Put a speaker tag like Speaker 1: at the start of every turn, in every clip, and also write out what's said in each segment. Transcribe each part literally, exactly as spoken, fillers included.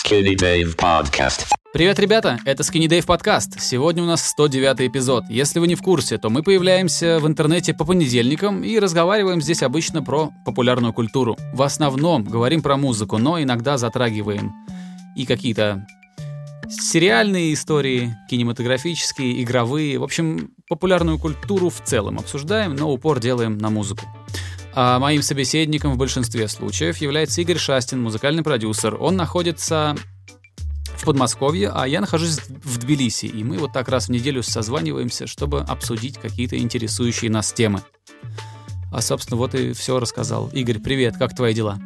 Speaker 1: Skinny Dave Podcast.
Speaker 2: Привет, ребята, это Skinny Dave Podcast. Сегодня у нас сто девятый эпизод. Если вы не в курсе, то мы появляемся в интернете по понедельникам и разговариваем здесь обычно про популярную культуру. В основном говорим про музыку, но иногда затрагиваем и какие-то сериальные истории, кинематографические, игровые. В общем, популярную культуру в целом обсуждаем, но упор делаем на музыку. А моим собеседником в большинстве случаев является Игорь Шастин, музыкальный продюсер. Он находится в Подмосковье, а я нахожусь в Тбилиси. И мы вот так раз в неделю созваниваемся, чтобы обсудить какие-то интересующие нас темы. А, собственно, вот и все рассказал. Игорь, привет, как твои дела?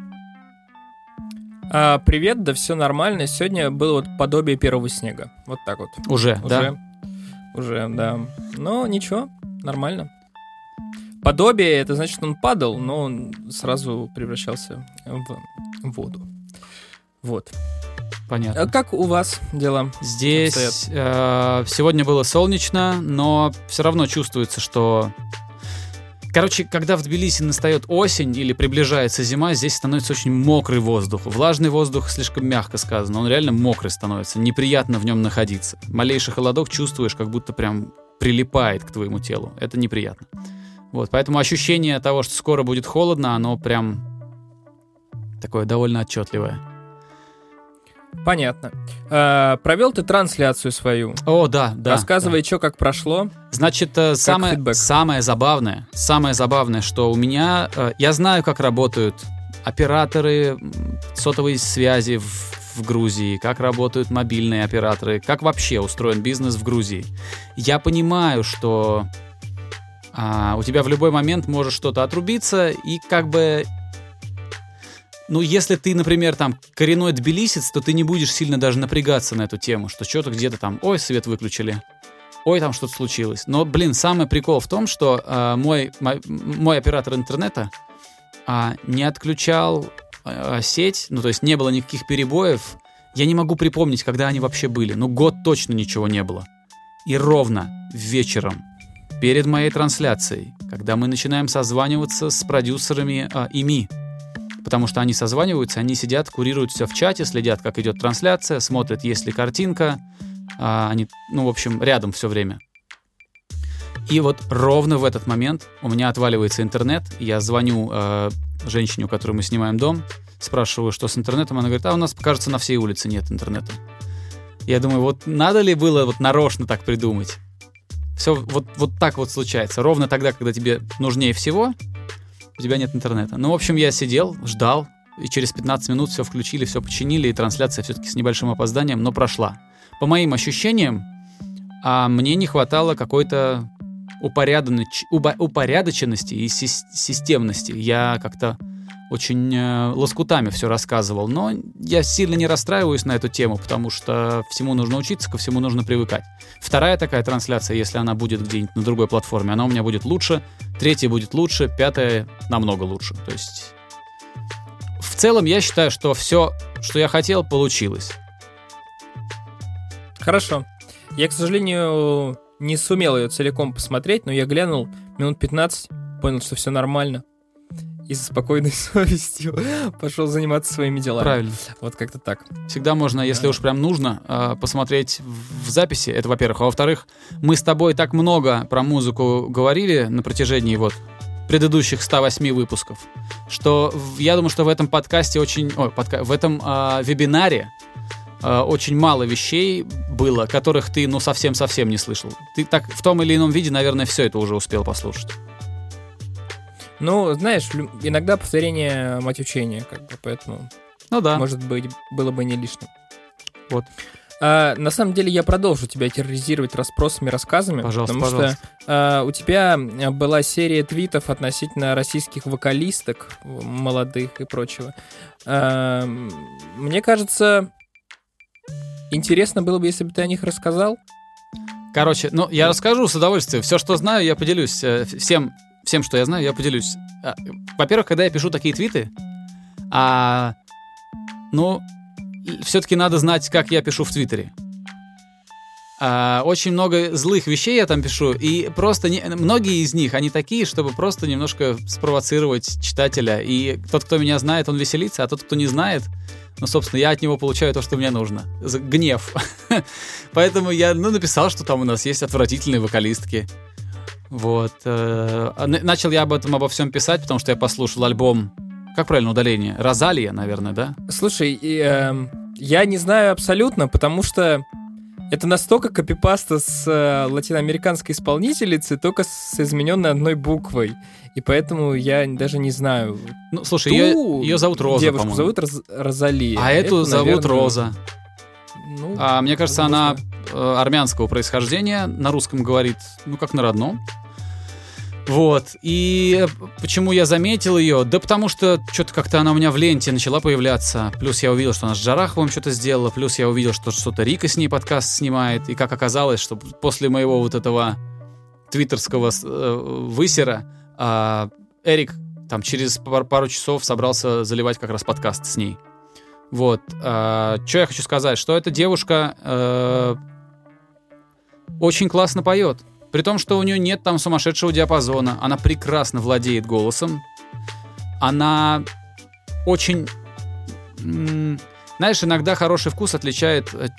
Speaker 3: А, привет, да все нормально. Сегодня было вот подобие первого снега. Вот так вот.
Speaker 2: Уже,
Speaker 3: Уже,
Speaker 2: да?
Speaker 3: Уже, да. Но ничего, нормально. Подобие, это значит, он падал, но он сразу превращался в воду. Вот.
Speaker 2: Понятно.
Speaker 3: А как у вас дела?
Speaker 2: Здесь э, сегодня было солнечно, но все равно чувствуется, что... Короче, когда в Тбилиси настает осень или приближается зима, здесь становится очень мокрый воздух. Влажный воздух слишком мягко сказано, он реально мокрый становится, неприятно в нем находиться. Малейший холодок чувствуешь, как будто прям прилипает к твоему телу. Это неприятно. Вот, поэтому ощущение того, что скоро будет холодно, оно прям такое довольно отчетливое.
Speaker 3: Понятно. А, провел ты трансляцию свою.
Speaker 2: О, да, да.
Speaker 3: Рассказывай,
Speaker 2: да.
Speaker 3: что, как прошло.
Speaker 2: Значит, самое, самое забавное, самое забавное, что у меня... Я знаю, как работают операторы сотовой связи в, в Грузии, как работают мобильные операторы, как вообще устроен бизнес в Грузии. Я понимаю, что а, у тебя в любой момент может что-то отрубиться, и как бы... Ну, если ты, например, там, коренной тбилисец, то ты не будешь сильно даже напрягаться на эту тему, что что-то где-то там, ой, свет выключили, ой, там что-то случилось. Но, блин, самый прикол в том, что э, мой, мой, мой оператор интернета э, не отключал э, сеть, ну, то есть не было никаких перебоев. Я не могу припомнить, когда они вообще были. Ну, год точно ничего не было. И ровно вечером, перед моей трансляцией, когда мы начинаем созваниваться с продюсерами э, ИМИ, потому что они созваниваются, они сидят, курируют все в чате, следят, как идет трансляция, смотрят, есть ли картинка. А, они, ну, в общем, рядом все время. И вот ровно в этот момент у меня отваливается интернет. Я звоню э, женщине, у которой мы снимаем дом, спрашиваю, что с интернетом. Она говорит, а у нас, кажется, на всей улице нет интернета. Я думаю, вот надо ли было вот нарочно так придумать? Все вот, вот так вот случается. Ровно тогда, когда тебе нужнее всего, у тебя нет интернета. Ну, в общем, я сидел, ждал, и через пятнадцать минут все включили, все починили, и трансляция все-таки с небольшим опозданием, но прошла. По моим ощущениям, а мне не хватало какой-то упорядоч... упорядоченности и си- системности. Я как-то очень э, лоскутами все рассказывал, но я сильно не расстраиваюсь на эту тему, потому что всему нужно учиться, ко всему нужно привыкать. Вторая такая трансляция, если она будет где-нибудь на другой платформе, она у меня будет лучше, третья будет лучше, пятая намного лучше. То есть в целом я считаю, что все, что я хотел, получилось.
Speaker 3: Хорошо. Я, к сожалению, не сумел ее целиком посмотреть, но я глянул минут пятнадцать, понял, что все нормально. И со спокойной совестью пошел заниматься своими делами.
Speaker 2: Правильно.
Speaker 3: Вот как-то так.
Speaker 2: Всегда можно, если
Speaker 3: да.
Speaker 2: уж прям нужно, посмотреть в записи, это во-первых. А во-вторых, мы с тобой так много про музыку говорили на протяжении вот предыдущих ста восьми выпусков, что я думаю, что в этом подкасте очень... Ой, подка... в этом э, вебинаре э, очень мало вещей было, которых ты, ну, совсем-совсем не слышал. Ты так в том или ином виде, наверное, все это уже успел послушать.
Speaker 3: Ну, знаешь, иногда повторение мать учения, как бы, поэтому,
Speaker 2: ну да,
Speaker 3: может быть, было бы не лишним.
Speaker 2: Вот.
Speaker 3: А, на самом деле я продолжу тебя терроризировать расспросами, рассказами,
Speaker 2: пожалуйста,
Speaker 3: потому
Speaker 2: пожалуйста.
Speaker 3: что а, у тебя была серия твитов относительно российских вокалисток молодых и прочего. А, мне кажется, интересно было бы, если бы ты о них рассказал.
Speaker 2: Короче, ну, я расскажу с удовольствием. Все, что знаю, я поделюсь всем. Всем, что я знаю, я поделюсь. Во-первых, когда я пишу такие твиты, а, ну, все-таки надо знать, как я пишу в Твиттере. А, очень много злых вещей я там пишу, и просто не, многие из них, они такие, чтобы просто немножко спровоцировать читателя. И тот, кто меня знает, он веселится, а тот, кто не знает, ну, собственно, я от него получаю то, что мне нужно. Гнев. Поэтому я ну, написал, что там у нас есть отвратительные вокалистки. Вот. Начал я об этом, обо всем писать, потому что я послушал альбом, как правильно удаление? Розалия, наверное, да?
Speaker 3: Слушай, э, я не знаю абсолютно, потому что это настолько копипаста с э, латиноамериканской исполнительницы, только с измененной одной буквой. И поэтому я даже не знаю.
Speaker 2: Ну, слушай, ее, ее зовут Роза,
Speaker 3: девушку
Speaker 2: по-моему.
Speaker 3: зовут Роз, Розалия.
Speaker 2: А эту, эту зовут наверное... Роза.
Speaker 3: Ну,
Speaker 2: а, мне кажется,
Speaker 3: возможно.
Speaker 2: она э, армянского происхождения, на русском говорит, ну, как на родном. Вот, и почему я заметил ее? Да потому что что-то как-то она у меня в ленте начала появляться. Плюс я увидел, что она с Джараховым что-то сделала. Плюс я увидел, что что-то Рика с ней подкаст снимает. И как оказалось, что после моего вот этого твиттерского э, высера э, Эрик там через пар- пару часов собрался заливать как раз подкаст с ней. Вот. Э, что я хочу сказать? Что эта девушка э, очень классно поет. При том, что у нее нет там сумасшедшего диапазона. Она прекрасно владеет голосом. Она очень... М- знаешь, иногда хороший вкус отличает... Э,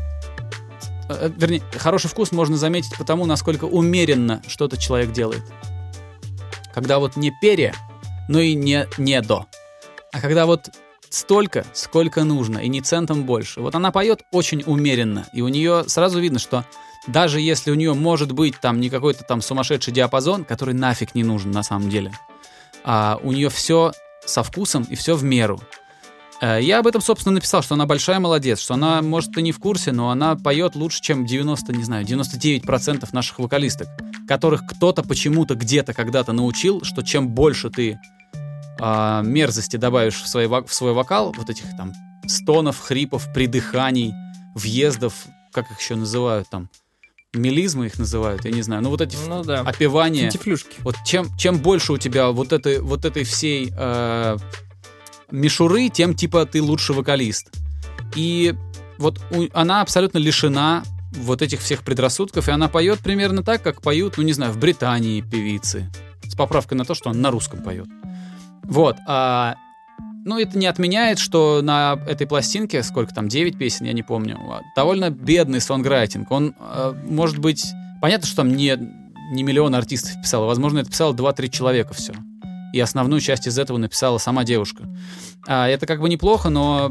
Speaker 2: э, вернее, хороший вкус можно заметить потому, насколько умеренно что-то человек делает. Когда вот не пере, но и не, не до. А когда вот столько, сколько нужно, и не центом больше. Вот она поет очень умеренно. И у нее сразу видно, что... Даже если у нее может быть там не какой-то там сумасшедший диапазон, который нафиг не нужен на самом деле, а у нее все со вкусом и все в меру. Я об этом, собственно, написал, что она большая молодец, что она, может, и не в курсе, но она поет лучше, чем девяносто, не знаю, девяносто девять процентов наших вокалисток, которых кто-то почему-то где-то когда-то научил, что чем больше ты а, мерзости добавишь в свой, в свой вокал, вот этих там стонов, хрипов, придыханий, въездов, как их еще называют там, мелизмы их называют, я не знаю. Ну, вот эти
Speaker 3: ну, да.
Speaker 2: опевания.
Speaker 3: Финтифлюшки.
Speaker 2: Вот чем, чем больше у тебя вот этой, вот этой всей э, мишуры, тем, типа, ты лучший вокалист. И вот у, она абсолютно лишена вот этих всех предрассудков, и она поет примерно так, как поют, ну, не знаю, в Британии певицы. С поправкой на то, что она на русском поет. Вот. А, ну, это не отменяет, что на этой пластинке, сколько там, девять песен, я не помню, довольно бедный сонграйтинг. Он, может быть... Понятно, что там не, не миллион артистов писало. Возможно, это писало два-три человека все. И основную часть из этого написала сама девушка. А, это как бы неплохо, но...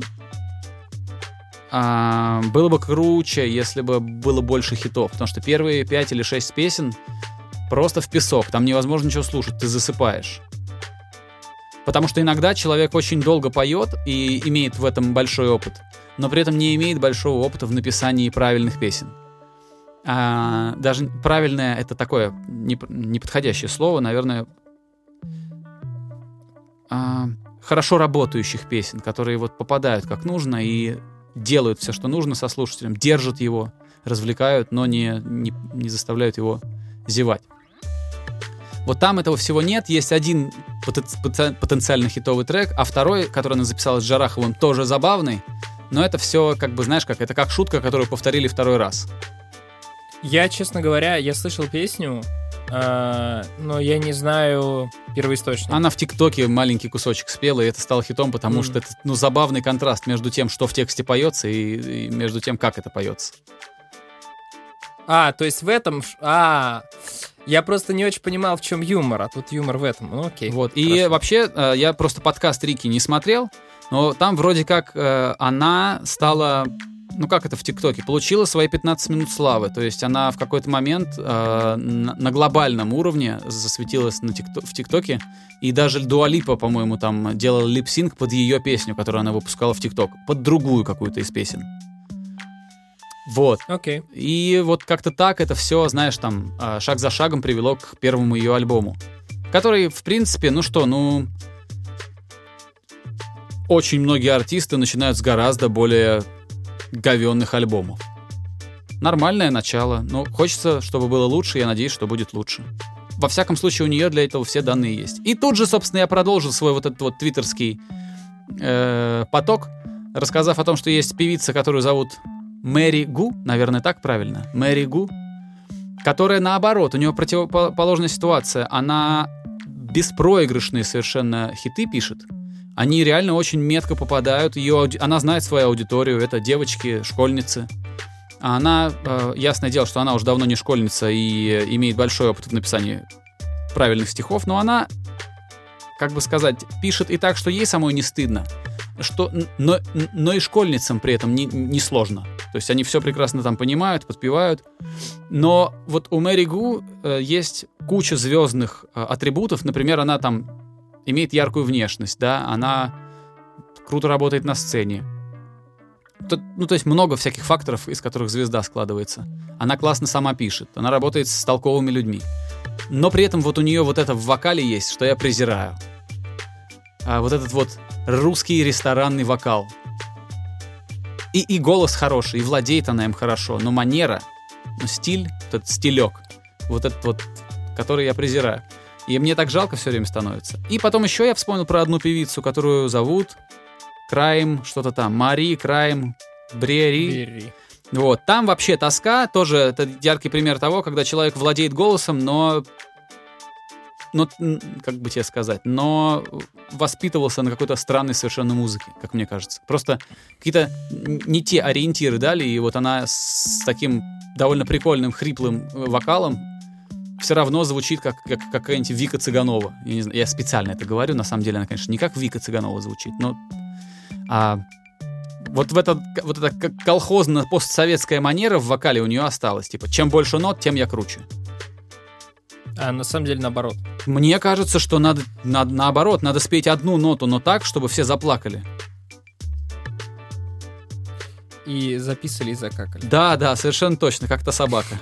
Speaker 2: А, было бы круче, если бы было больше хитов. Потому что первые пять или шесть песен просто в песок. Там невозможно ничего слушать, ты засыпаешь. Потому что иногда человек очень долго поет и имеет в этом большой опыт, но при этом не имеет большого опыта в написании правильных песен. А, даже правильное — это такое неподходящее слово, наверное, а, хорошо работающих песен, которые вот попадают как нужно и делают все, что нужно со слушателем, держат его, развлекают, но не, не, не заставляют его зевать. Вот там этого всего нет. Есть один потен- потенциально хитовый трек, а второй, который она записала с Джараховым, тоже забавный. Но это все, как бы, знаешь, как это как шутка, которую повторили второй раз.
Speaker 3: Я, честно говоря, я слышал песню, э, но я не знаю первоисточник.
Speaker 2: Она в ТикТоке маленький кусочек спела, и это стало хитом, потому mm. что это, ну, забавный контраст между тем, что в тексте поется, и, и между тем, как это поется.
Speaker 3: А, то есть в этом... А, я просто не очень понимал, в чем юмор, а тут юмор в этом. Ну, окей.
Speaker 2: Вот. И хорошо. Вообще, я просто подкаст Рики не смотрел, но там вроде как она стала... Ну, как это в ТикТоке? Получила свои пятнадцать минут славы. То есть она в какой-то момент э, на, на глобальном уровне засветилась на тик- в ТикТоке. И даже Дуа Липа, по-моему, там делала лип-синк под ее песню, которую она выпускала в ТикТок. Под другую какую-то из песен. Вот.
Speaker 3: Окей. Okay.
Speaker 2: И вот как-то так это все, знаешь, там, шаг за шагом привело к первому ее альбому. Который, в принципе, ну что, ну... Очень многие артисты начинают с гораздо более... говенных альбомов. Нормальное начало, но хочется, чтобы было лучше, я надеюсь, что будет лучше. Во всяком случае, у нее для этого все данные есть. И тут же, собственно, я продолжил свой вот этот вот твиттерский э, поток, рассказав о том, что есть певица, которую зовут Мэри Гу, наверное, так правильно, Мэри Гу, которая наоборот, у нее противоположная ситуация, она беспроигрышные совершенно хиты пишет, они реально очень метко попадают, ее, она знает свою аудиторию, это девочки, школьницы, а она, э, ясное дело, что она уже давно не школьница и имеет большой опыт в написании правильных стихов, но она, как бы сказать, пишет и так, что ей самой не стыдно, что, но, но и школьницам при этом не, не сложно. То есть они все прекрасно там понимают, подпевают. Но вот у Мэри Гу э, есть куча звездных э, атрибутов. Например, она там имеет яркую внешность, да, она круто работает на сцене. То, ну, то есть много всяких факторов, из которых звезда складывается. Она классно сама пишет, она работает с толковыми людьми. Но при этом вот у нее вот это в вокале есть, что я презираю. А вот этот вот русский ресторанный вокал. И, и голос хороший, и владеет она им хорошо, но манера, ну, стиль, этот стилек, вот этот вот, который я презираю. И мне так жалко все время становится. И потом еще я вспомнил про одну певицу, которую зовут Крайм, что-то там, Мари, Крайм, Брери. Брери. Вот, там вообще тоска, тоже это яркий пример того, когда человек владеет голосом, но, но, как бы тебе сказать, но воспитывался на какой-то странной совершенно музыке, как мне кажется. Просто какие-то не те ориентиры дали, и вот она с таким довольно прикольным, хриплым вокалом все равно звучит как, как какая-нибудь Вика Цыганова. Я, не знаю, я специально это говорю, на самом деле она, конечно, не как Вика Цыганова звучит, но... А, Вот, в этот, вот эта колхозно-постсоветская манера в вокале у нее осталась. Типа, чем больше нот, тем я круче.
Speaker 3: А на самом деле наоборот.
Speaker 2: Мне кажется, что надо, надо наоборот, надо спеть одну ноту, но так, чтобы все заплакали.
Speaker 3: И записали, и закакали.
Speaker 2: Да, да, совершенно точно, как та собака.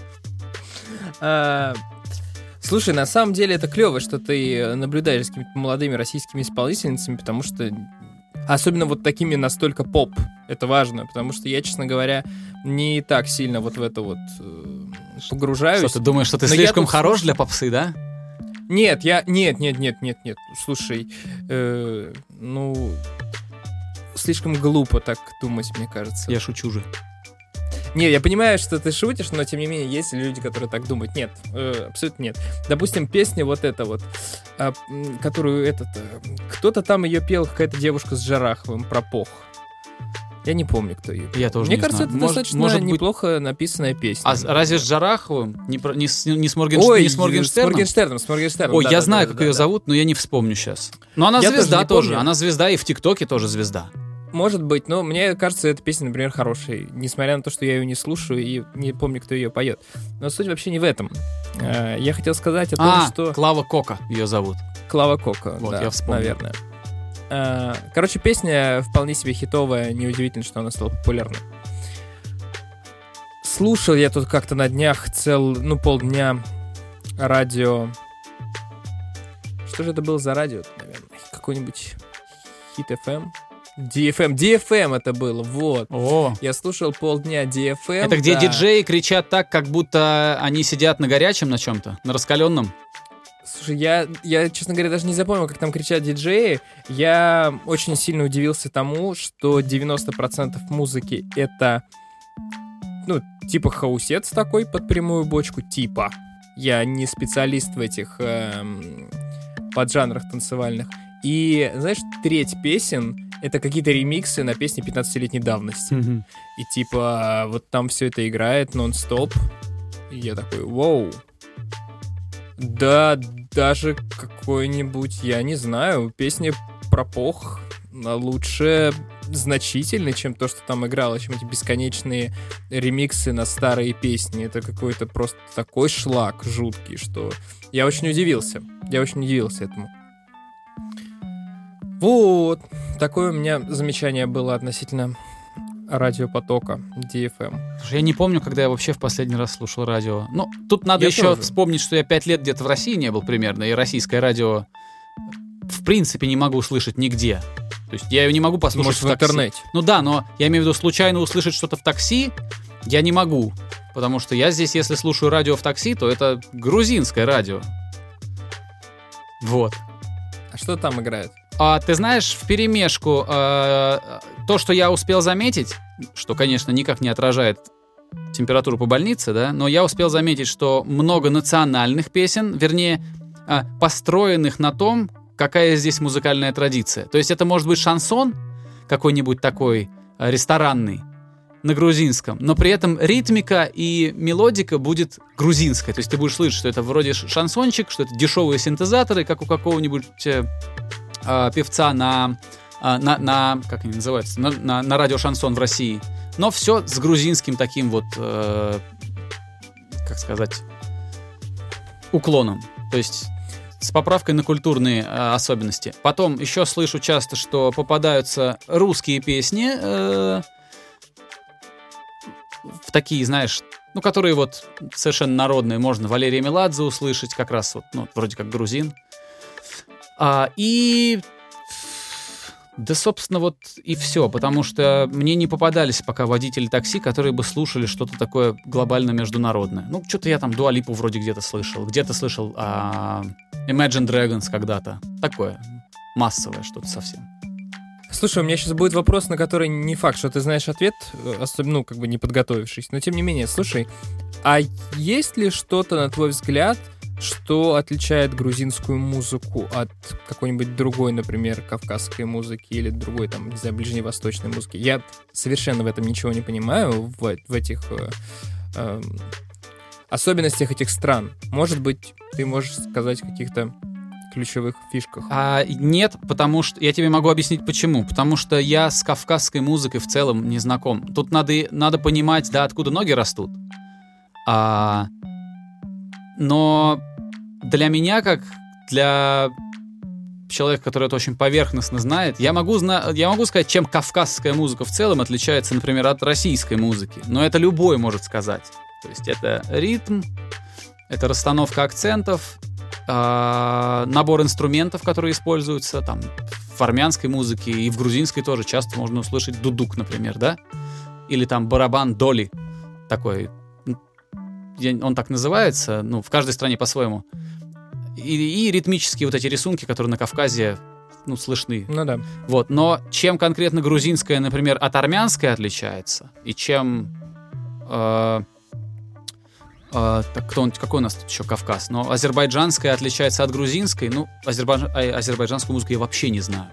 Speaker 3: А, слушай, на самом деле это клево, что ты наблюдаешь за какими-то молодыми российскими исполнительницами, потому что особенно вот такими настолько поп. Это важно, потому что я, честно говоря, не так сильно вот в это вот э, погружаюсь.
Speaker 2: Что, ты думаешь, что ты слишком
Speaker 3: тут...
Speaker 2: хорош для попсы, да?
Speaker 3: Нет, я... Нет, нет, нет, нет, нет. Слушай, э, ну... Слишком глупо так думать, мне кажется.
Speaker 2: Я шучу же.
Speaker 3: Не, я понимаю, что ты шутишь, но тем не менее есть люди, которые так думают. Нет, э, абсолютно нет. Допустим, песня вот эта вот, э, которую этот... Э, кто-то там ее пел, какая-то девушка с Джараховым, про пох. Я не помню, кто ее пел.
Speaker 2: Я тоже
Speaker 3: Мне
Speaker 2: не
Speaker 3: кажется,
Speaker 2: знаю.
Speaker 3: это
Speaker 2: может,
Speaker 3: достаточно
Speaker 2: может быть...
Speaker 3: неплохо написанная песня.
Speaker 2: А разве с Джараховым? Не, про, не, с, не, с, Моргенш...
Speaker 3: Ой,
Speaker 2: не с Моргенштерном?
Speaker 3: С Моргенштерном, с Моргенштерном.
Speaker 2: Ой,
Speaker 3: да,
Speaker 2: я
Speaker 3: да,
Speaker 2: знаю,
Speaker 3: да,
Speaker 2: как
Speaker 3: да,
Speaker 2: ее
Speaker 3: да.
Speaker 2: зовут, но я не вспомню сейчас. Но она
Speaker 3: я
Speaker 2: звезда
Speaker 3: тоже.
Speaker 2: тоже. Она звезда и в ТикТоке тоже звезда.
Speaker 3: Может быть, но мне кажется, эта песня, например, хорошая, несмотря на то, что я ее не слушаю и не помню, кто ее поет. Но суть вообще не в этом. Я хотел сказать о том,
Speaker 2: а,
Speaker 3: что...
Speaker 2: Клава Кока ее зовут.
Speaker 3: Клава Кока,
Speaker 2: вот,
Speaker 3: да,
Speaker 2: я вспомнил.
Speaker 3: наверное. Короче, песня вполне себе хитовая, неудивительно, что она стала популярной. Слушал я тут как-то на днях цел, ну, полдня радио... Что же это было за радио, наверное? Какой-нибудь Хит эф эм? ди эф эм, ди эф эм это было, вот.
Speaker 2: О.
Speaker 3: Я слушал полдня ди эф эм.
Speaker 2: Это где
Speaker 3: да.
Speaker 2: диджеи кричат так, как будто они сидят на горячем на чем-то, на раскаленном?
Speaker 3: Слушай, я, я, честно говоря, даже не запомнил, как там кричат диджеи. Я очень сильно удивился тому, что девяносто процентов музыки это, ну, типа хаусец такой под прямую бочку, типа. Я не специалист в этих эм, поджанрах танцевальных. И, знаешь, треть песен — это какие-то ремиксы на песни пятнадцатилетней давности.
Speaker 2: Mm-hmm.
Speaker 3: И типа вот там все это играет нон-стоп. И я такой, вау. Да, даже какой-нибудь, я не знаю, песня про пох лучше значительно, чем то, что там играло, чем эти бесконечные ремиксы на старые песни. Это какой-то просто такой шлак жуткий, что я очень удивился. Я очень удивился этому. Вот. Такое у меня замечание было относительно радиопотока ди эф эм.
Speaker 2: Слушай, я не помню, когда я вообще в последний раз слушал радио. Ну, тут надо
Speaker 3: Я
Speaker 2: еще
Speaker 3: тоже.
Speaker 2: вспомнить, что я пять лет где-то в России не был примерно, и российское радио в принципе не могу услышать нигде. То есть я ее не могу послушать
Speaker 3: Может,
Speaker 2: в,
Speaker 3: в
Speaker 2: такси.
Speaker 3: интернете.
Speaker 2: Ну да, но я имею в виду случайно услышать что-то в такси я не могу. Потому что я здесь, если слушаю радио в такси, то это грузинское радио. Вот.
Speaker 3: А что там играет?
Speaker 2: А ты знаешь, вперемешку э, то, что я успел заметить, что, конечно, никак не отражает температуру по больнице, да, но я успел заметить, что много национальных песен, вернее, э, построенных на том, какая здесь музыкальная традиция. То есть это может быть шансон какой-нибудь такой э, ресторанный на грузинском, но при этом ритмика и мелодика будет грузинская. То есть ты будешь слышать, что это вроде шансончик, что это дешевые синтезаторы, как у какого-нибудь э, э, певца на, э, на, на, как они называются, на, на, на радио шансон в России. Но все с грузинским таким вот, э, как сказать, уклоном. То есть с поправкой на культурные э, особенности. Потом еще слышу часто, что попадаются русские песни, э, в такие, знаешь, ну, которые вот совершенно народные. Можно Валерия Меладзе услышать, как раз вот, ну, вроде как грузин. А, и... Да, собственно, вот и все, потому что мне не попадались пока водители такси, которые бы слушали что-то такое глобально международное. Ну, что-то я там Дуа Липу вроде где-то слышал, где-то слышал а, Imagine Dragons когда-то. Такое массовое что-то совсем.
Speaker 3: Слушай, у меня сейчас будет вопрос, на который не факт, что ты знаешь ответ, особенно, ну, как бы не подготовившись. Но тем не менее, слушай, а есть ли что-то, на твой взгляд, что отличает грузинскую музыку от какой-нибудь другой, например, кавказской музыки или другой, там, не знаю, ближневосточной музыки? Я совершенно в этом ничего не понимаю, в, в этих э, э, особенностях этих стран. Может быть, ты можешь сказать каких-то ключевых фишках?
Speaker 2: А, нет, потому что... Я тебе могу объяснить, почему. Потому что я с кавказской музыкой в целом не знаком. Тут надо, надо понимать, да, откуда ноги растут. А, но для меня, как для человека, который это очень поверхностно знает, я могу, зна... я могу сказать, чем кавказская музыка в целом отличается, например, от российской музыки. Но это любой может сказать. То есть это ритм, это расстановка акцентов, набор инструментов, которые используются там в армянской музыке и в грузинской тоже часто можно услышать дудук, например, да? Или там барабан доли такой. Он так называется, ну, в каждой стране по-своему. И, и ритмические вот эти рисунки, которые на Кавказе, ну, слышны.
Speaker 3: Ну да.
Speaker 2: Вот. Но чем конкретно грузинская, например, от армянской отличается, и чем... Э, Uh, так, кто, какой у нас тут еще Кавказ? Но азербайджанская отличается от грузинской. Ну, азербайджан, а, азербайджанскую музыку я вообще не знаю.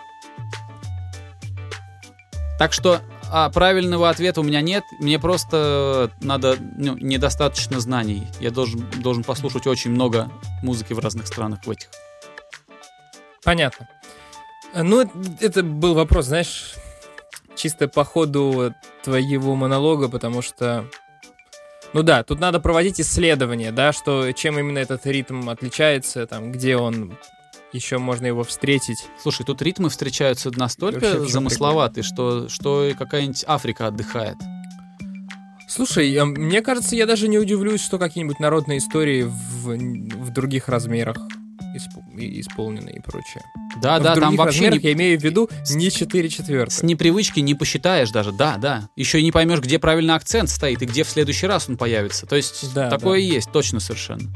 Speaker 2: Так что а, правильного ответа у меня нет. Мне просто надо, ну, недостаточно знаний. Я должен, должен послушать очень много музыки в разных странах в этих.
Speaker 3: Понятно. Ну, это был вопрос, знаешь, чисто по ходу твоего монолога, потому что... Ну да, тут надо проводить исследования, да, что чем именно этот ритм отличается, там, где он, еще можно его встретить.
Speaker 2: Слушай, тут ритмы встречаются настолько замысловатые, что, что какая-нибудь Африка отдыхает.
Speaker 3: Слушай, мне кажется, я даже не удивлюсь, что какие-нибудь народные истории в, в других размерах исполнены и прочее.
Speaker 2: Да, да, там вообще не...
Speaker 3: я имею в виду не четыре четвертых.
Speaker 2: С непривычки не посчитаешь даже, да, да. Еще и не поймешь, где правильно акцент стоит и где в следующий раз он появится. То есть да, такое да. и есть, точно совершенно.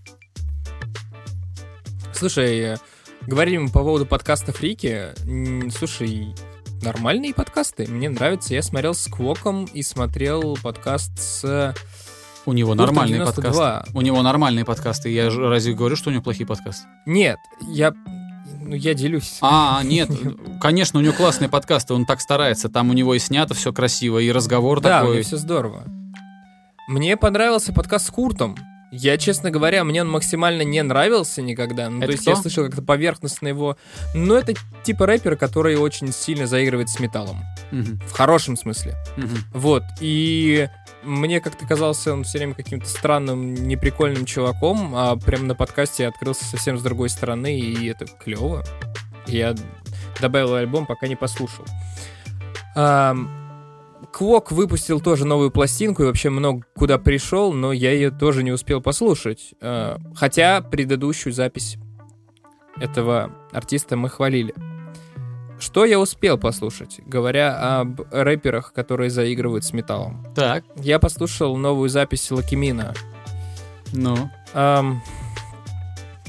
Speaker 3: Слушай, говорим по поводу подкаста Фрики. Слушай, нормальные подкасты, мне нравятся. Я смотрел с Квоком и смотрел подкаст с...
Speaker 2: У него нормальные подкасты. У него нормальные подкасты. Я же разве говорю, что у него плохие подкасты?
Speaker 3: Нет, я... Ну, я делюсь.
Speaker 2: А, нет, конечно, у него классные подкасты, он так старается. Там у него и снято все красиво, и разговор
Speaker 3: да,
Speaker 2: такой.
Speaker 3: Да, все здорово. Мне понравился подкаст с Куртом. Я, честно говоря, мне он максимально не нравился никогда. Ну,
Speaker 2: это
Speaker 3: то есть
Speaker 2: кто?
Speaker 3: Я слышал как-то поверхностно его. Но это типа рэпер, который очень сильно заигрывает с металлом.
Speaker 2: Угу.
Speaker 3: В хорошем смысле.
Speaker 2: Угу.
Speaker 3: Вот. И мне как-то казался он все время каким-то странным, неприкольным чуваком, а прямо на подкасте открылся совсем с другой стороны, и это клево. Я добавил альбом, пока не послушал. Квок выпустил тоже новую пластинку и вообще много куда пришел, но я ее тоже не успел послушать. Хотя предыдущую запись этого артиста мы хвалили. Что я успел послушать, говоря об рэперах, которые заигрывают с металлом?
Speaker 2: Так.
Speaker 3: Я послушал новую запись Лакимина.
Speaker 2: Ну?
Speaker 3: Эм,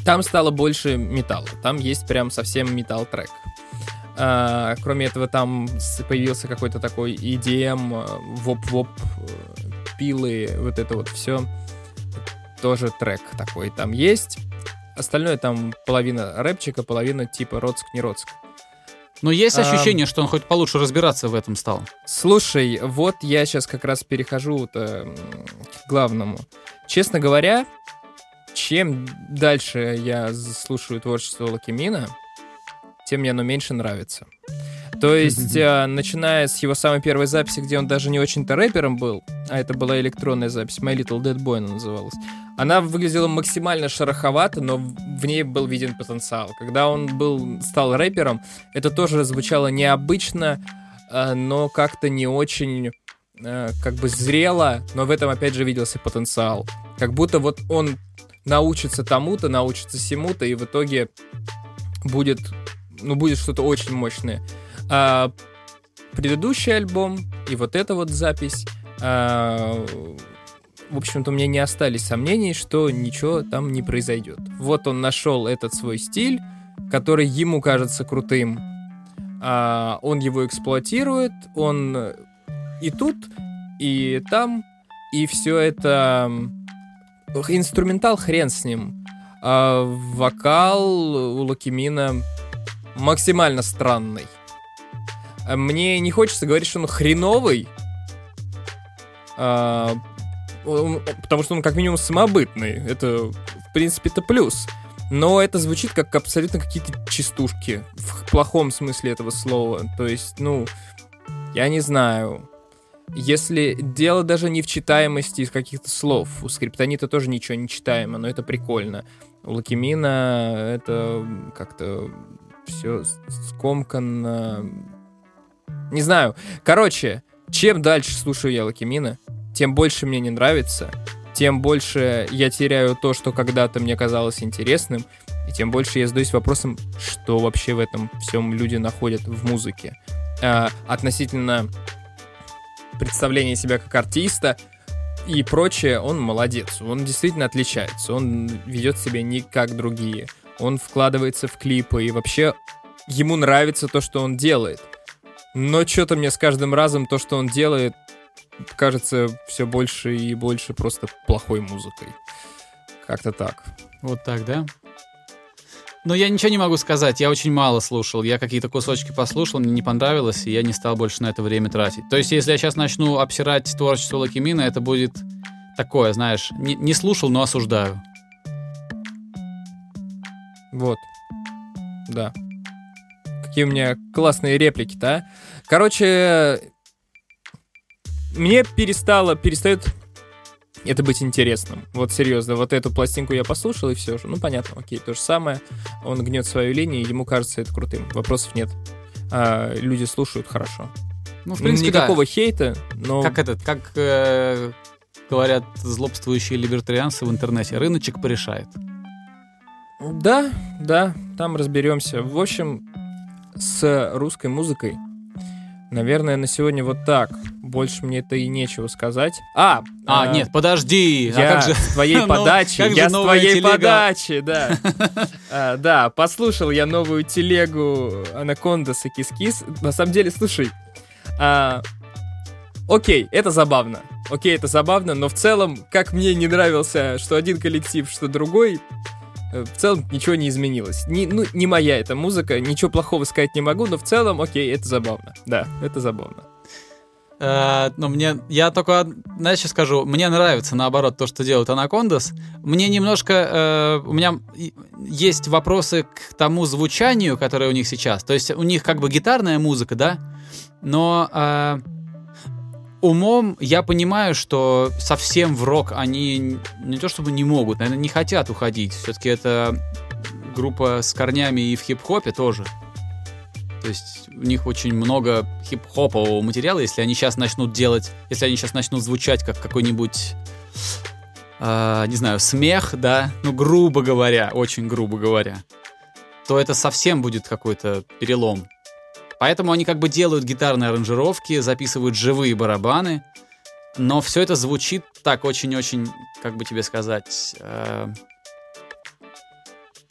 Speaker 3: Там стало больше металла. Там есть прям совсем металл-трек. А, кроме этого, там появился какой-то такой и ди эм, воп-воп, пилы, вот это вот все. Тоже трек такой там есть. Остальное там половина рэпчика, половина типа Роцк-не Роцк.
Speaker 2: Но есть ощущение, а, что он хоть получше разбираться в этом стал.
Speaker 3: Слушай, вот я сейчас как раз перехожу к главному. Честно говоря, чем дальше я слушаю творчество Локимина, тем мне оно меньше нравится. То есть, mm-hmm. начиная с его самой первой записи, где он даже не очень-то рэпером был, а это была электронная запись, My Little Dead Boy она называлась, она выглядела максимально шероховато, но в ней был виден потенциал. Когда он был, стал рэпером, это тоже звучало необычно, но как-то не очень как бы зрело, но в этом опять же виделся потенциал. Как будто вот он научится тому-то, научится сему-то, и в итоге будет, ну, будет что-то очень мощное. А предыдущий альбом и вот эта вот запись, а, в общем-то, у меня не остались сомнений, что ничего там не произойдет. Вот он нашел этот свой стиль, который ему кажется крутым. А, он его эксплуатирует, он и тут, и там, и все это... Инструментал хрен с ним. А вокал у Локимина максимально странный. Мне не хочется говорить, что он хреновый, а, потому что он как минимум самобытный. Это, в принципе, это плюс. Но это звучит как абсолютно какие-то частушки. В плохом смысле этого слова. То есть, ну, я не знаю. Если дело даже не в читаемости из каких-то слов. У Скриптонита тоже ничего не читаемо, но это прикольно. У Локимина это как-то все скомканно. Не знаю. Короче, чем дальше слушаю я Локимина, тем больше мне не нравится, тем больше я теряю то, что когда-то мне казалось интересным, и тем больше я задаюсь вопросом, что вообще в этом всем люди находят в музыке. А, относительно представления себя как артиста и прочее, он молодец. Он действительно отличается. Он ведет себя не как другие. Он вкладывается в клипы, и вообще ему нравится то, что он делает. Но что-то мне с каждым разом то, что он делает, кажется все больше и больше просто плохой музыкой. Как-то так.
Speaker 2: Вот так, да? Но я ничего не могу сказать, я очень мало слушал. Я какие-то кусочки послушал, мне не понравилось, и я не стал больше на это время тратить. То есть, если я сейчас начну обсирать творчество Локимина, это будет такое, знаешь, не, не слушал, но осуждаю.
Speaker 3: Вот. Да. Какие у меня классные реплики-то, а? Короче, мне перестало, перестает это быть интересным. Вот серьезно, вот эту пластинку я послушал, и все же. Ну, понятно, окей, то же самое. Он гнет свою линию, и ему кажется это крутым. Вопросов нет. А, люди слушают хорошо.
Speaker 2: Ну, в принципе,
Speaker 3: никакого
Speaker 2: да.
Speaker 3: хейта, но...
Speaker 2: Как этот, как э, говорят злобствующие либертарианцы в интернете, рыночек порешает.
Speaker 3: Да, да, там разберемся. В общем, с русской музыкой, наверное, на сегодня вот так. Больше мне это и нечего сказать. А,
Speaker 2: а,
Speaker 3: а
Speaker 2: нет, подожди.
Speaker 3: Я
Speaker 2: а как же
Speaker 3: с твоей подачи,
Speaker 2: ну,
Speaker 3: я с твоей подачи, да. а, да, послушал я новую телегу Анакондас и Кис-Кис. На самом деле, слушай, а, окей, это забавно. Окей, это забавно, но в целом, как мне не нравился, что один коллектив, что другой, в целом ничего не изменилось. Не, ну, не моя эта музыка, ничего плохого сказать не могу, но в целом, окей, это забавно. Да, это забавно.
Speaker 2: Uh, но мне, я только, знаешь, что скажу, мне нравится, наоборот, то, что делают Анакондас. Мне немножко, uh, у меня есть вопросы к тому звучанию, которое у них сейчас. То есть у них как бы гитарная музыка, да, но uh, умом я понимаю, что совсем в рок они не то чтобы не могут, наверное, не хотят уходить. Все-таки это группа с корнями и в хип-хопе тоже. То есть у них очень много хип-хопового материала. Если они сейчас начнут делать, если они сейчас начнут звучать как какой-нибудь, э, не знаю, смех, да, ну, грубо говоря, очень грубо говоря, то это совсем будет какой-то перелом. Поэтому они как бы делают гитарные аранжировки, записывают живые барабаны, но все это звучит так очень-очень, как бы тебе сказать, э,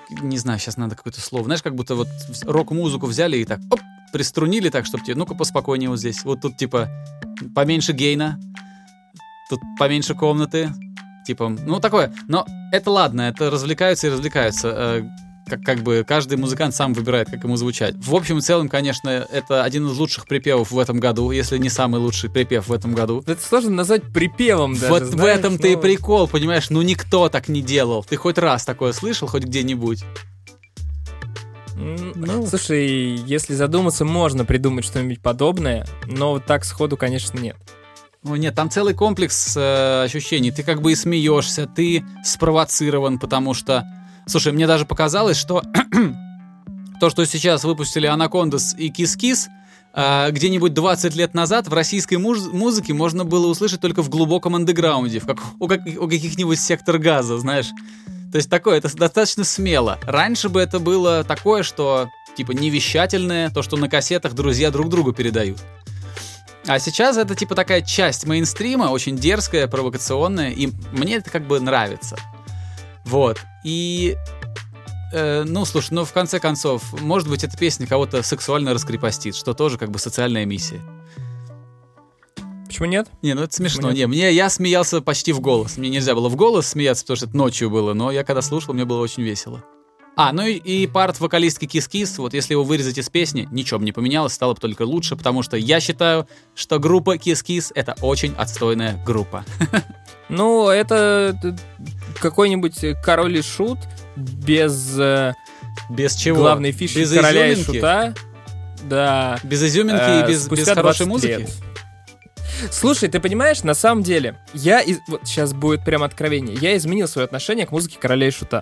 Speaker 2: не знаю, сейчас надо какое-то слово, знаешь, как будто вот рок-музыку взяли и так, оп, приструнили так, чтобы тебе, ну-ка поспокойнее вот здесь. Вот тут, типа, поменьше гейна, тут поменьше комнаты, типа, ну, такое. Но это ладно, это развлекаются и развлекаются. Как, как бы каждый музыкант сам выбирает, как ему звучать. В общем и целом, конечно, это один из лучших припевов в этом году, если не самый лучший припев в этом году.
Speaker 3: Это сложно назвать припевом даже,
Speaker 2: вот
Speaker 3: знаешь,
Speaker 2: в этом-то
Speaker 3: ну...
Speaker 2: и прикол, понимаешь? Ну, никто так не делал. Ты хоть раз такое слышал, хоть где-нибудь?
Speaker 3: Ну, слушай, если задуматься, можно придумать что-нибудь подобное, но вот так сходу, конечно, нет.
Speaker 2: Ну нет, там целый комплекс э, ощущений. Ты как бы и смеешься, ты спровоцирован, потому что... Слушай, мне даже показалось, что то, что сейчас выпустили Анакондас и Кис-Кис, э, где-нибудь двадцать лет назад в российской муз- музыке можно было услышать только в глубоком андеграунде, в как- у, как- у каких-нибудь Сектор Газа, знаешь. То есть такое, это достаточно смело. Раньше бы это было такое, что типа невещательное, то, что на кассетах друзья друг другу передают. А сейчас это типа такая часть мейнстрима, очень дерзкая, провокационная, и мне это как бы нравится. Вот. И, э, ну, слушай, ну, в конце концов, может быть, эта песня кого-то сексуально раскрепостит, что тоже как бы социальная миссия.
Speaker 3: Почему нет?
Speaker 2: Не, ну это смешно. Не, мне, я смеялся почти в голос. Мне нельзя было в голос смеяться, потому что это ночью было, но я когда слушал, мне было очень весело. А, ну и, и парт вокалистки Кис-Кис, вот если его вырезать из песни, ничего бы не поменялось, стало бы только лучше, потому что я считаю, что группа Кис-Кис — это очень отстойная группа.
Speaker 3: Ну, это какой-нибудь Король и Шут без...
Speaker 2: Без чего?
Speaker 3: Главной фишки
Speaker 2: без
Speaker 3: Короля
Speaker 2: изюминки?
Speaker 3: и Шута. Да.
Speaker 2: Без изюминки э, и без, без хорошей музыки?
Speaker 3: Лет. Слушай, ты понимаешь, на самом деле, я... Из... Вот сейчас будет прям откровение. Я изменил свое отношение к музыке Короля и Шута.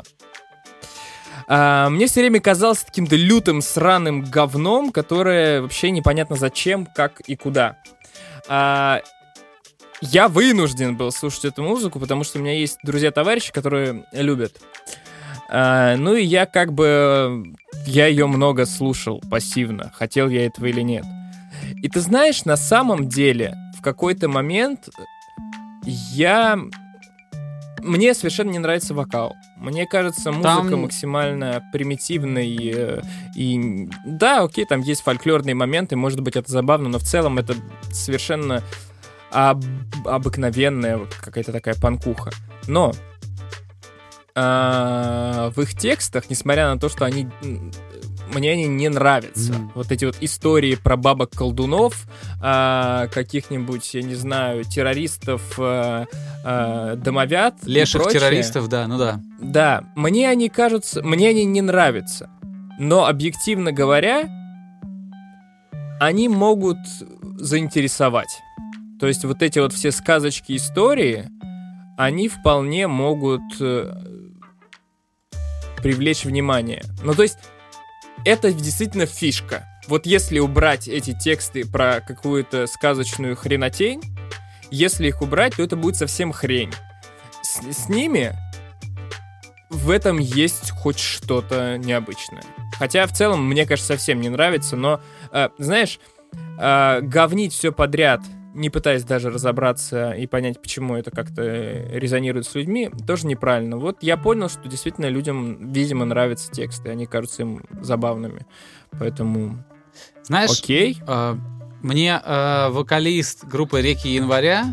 Speaker 3: А, мне все время казалось каким-то лютым, сраным говном, которое вообще непонятно зачем, как и куда. А, я вынужден был слушать эту музыку, потому что у меня есть друзья-товарищи, которые любят. А, ну и я как бы... Я ее много слушал пассивно, хотел я этого или нет. И ты знаешь, на самом деле, в какой-то момент я... Мне совершенно не нравится вокал. Мне кажется, музыка там... максимально примитивной. И да, окей, там есть фольклорные моменты, может быть, это забавно, но в целом это совершенно об... обыкновенная вот какая-то такая панкуха. Но а, в их текстах, несмотря на то, что они... Мне они не нравятся. Mm. Вот эти вот истории про бабок-колдунов, э, каких-нибудь, я не знаю, террористов, э, э, домовят.
Speaker 2: Леших террористов, да, ну да.
Speaker 3: Да, мне они кажутся, мне они не нравятся. Но, объективно говоря, они могут заинтересовать. То есть вот эти вот все сказочки, истории, они вполне могут э, привлечь внимание. Ну, то есть это действительно фишка. Вот если убрать эти тексты про какую-то сказочную хренотень, если их убрать, то это будет совсем хрень. С, с ними в этом есть хоть что-то необычное. Хотя в целом, мне, кажется, совсем не нравится, но, э, знаешь, э, говнить все подряд, не пытаясь даже разобраться и понять, почему это как-то резонирует с людьми, тоже неправильно. Вот я понял, что действительно людям, видимо, нравятся тексты, они кажутся им забавными. Поэтому,
Speaker 2: знаешь,
Speaker 3: окей.
Speaker 2: Э, мне э, вокалист группы «Реки января»,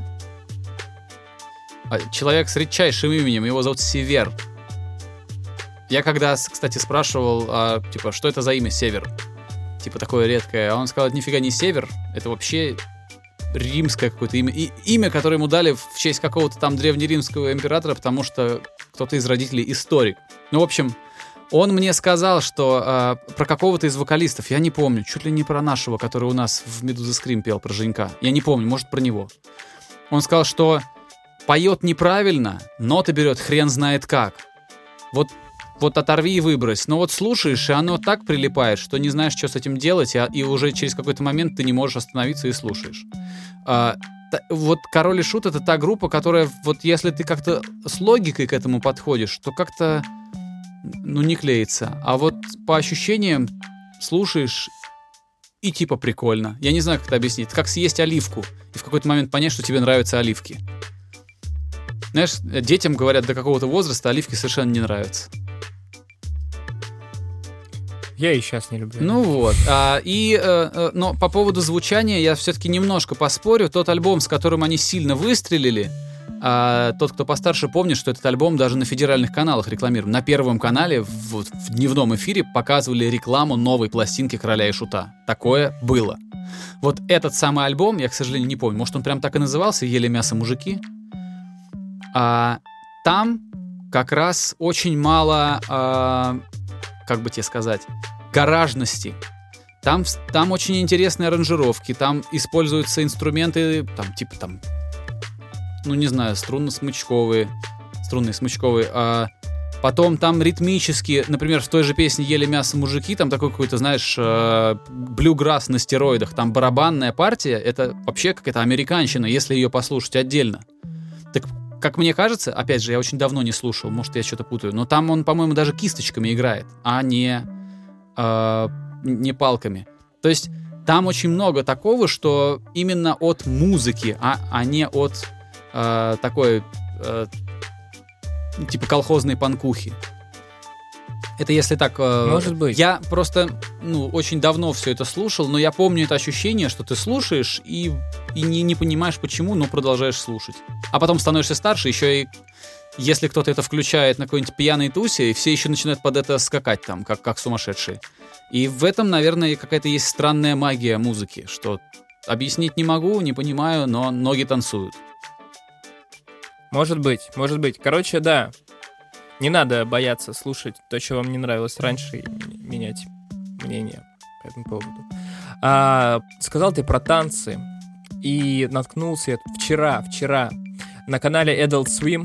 Speaker 2: человек с редчайшим именем, его зовут Север. Я когда, кстати, спрашивал, а, типа, что это за имя Север? Типа, такое редкое. А он сказал, это нифига не Север, это вообще... римское какое-то имя. И имя, которое ему дали в честь какого-то там древнеримского императора, потому что кто-то из родителей историк. Ну, в общем, он мне сказал, что э, про какого-то из вокалистов, я не помню, чуть ли не про нашего, который у нас в «Медуза Скрим» пел, про Женька. Я не помню, может, про него. Он сказал, что поет неправильно, ноты берет хрен знает как. Вот, вот оторви и выбрось. Но вот слушаешь, и оно так прилипает, что не знаешь, что с этим делать, и, и уже через какой-то момент ты не можешь остановиться и слушаешь. А, та, вот «Король и Шут» — это та группа, которая, вот если ты как-то с логикой к этому подходишь, то как-то, ну, не клеится. А вот по ощущениям слушаешь и типа прикольно. Я не знаю, как это объяснить. Это как съесть оливку и в какой-то момент понять, что тебе нравятся оливки. Знаешь, детям говорят до какого-то возраста оливки совершенно не нравятся.
Speaker 3: Я и сейчас не люблю.
Speaker 2: Ну вот. А, и, э, но по поводу звучания я все-таки немножко поспорю. Тот альбом, с которым они сильно выстрелили, а, тот, кто постарше, помнит, что этот альбом даже на федеральных каналах рекламирован. На Первом канале в, в дневном эфире показывали рекламу новой пластинки «Короля и Шута». Такое было. Вот этот самый альбом, я, к сожалению, не помню, может, он прям так и назывался «Ели мясо мужики». А, там как раз очень мало, а, как бы тебе сказать, гаражности. Там, там очень интересные аранжировки, там используются инструменты, там, типа там, ну не знаю, струнно-смычковые, струнные-смычковые, а потом там ритмические, например, в той же песне «Ели мясо мужики», там такой какой-то, знаешь, блюграсс на стероидах, там барабанная партия, это вообще какая-то американщина, если ее послушать отдельно. Так, как мне кажется, опять же, я очень давно не слушал, может, я что-то путаю, но там он, по-моему, даже кисточками играет, а не, э, не палками. То есть там очень много такого, что именно от музыки, а, а не от э, такой, э, типа, колхозной панкухи. Это если так... Э,
Speaker 3: Может быть.
Speaker 2: Я просто, ну, очень давно все это слушал, но я помню это ощущение, что ты слушаешь и, и не, не понимаешь, почему, но продолжаешь слушать. А потом становишься старше, еще и если кто-то это включает на какой-нибудь пьяной тусе, и все еще начинают под это скакать там, как, как сумасшедшие. И в этом, наверное, какая-то есть странная магия музыки, что объяснить не могу, не понимаю, но ноги танцуют.
Speaker 3: Может быть, может быть. Короче, да. Не надо бояться слушать то, что вам не нравилось раньше, и менять мнение по этому поводу. А, сказал ты про танцы, и наткнулся вчера, вчера на канале Adult Swim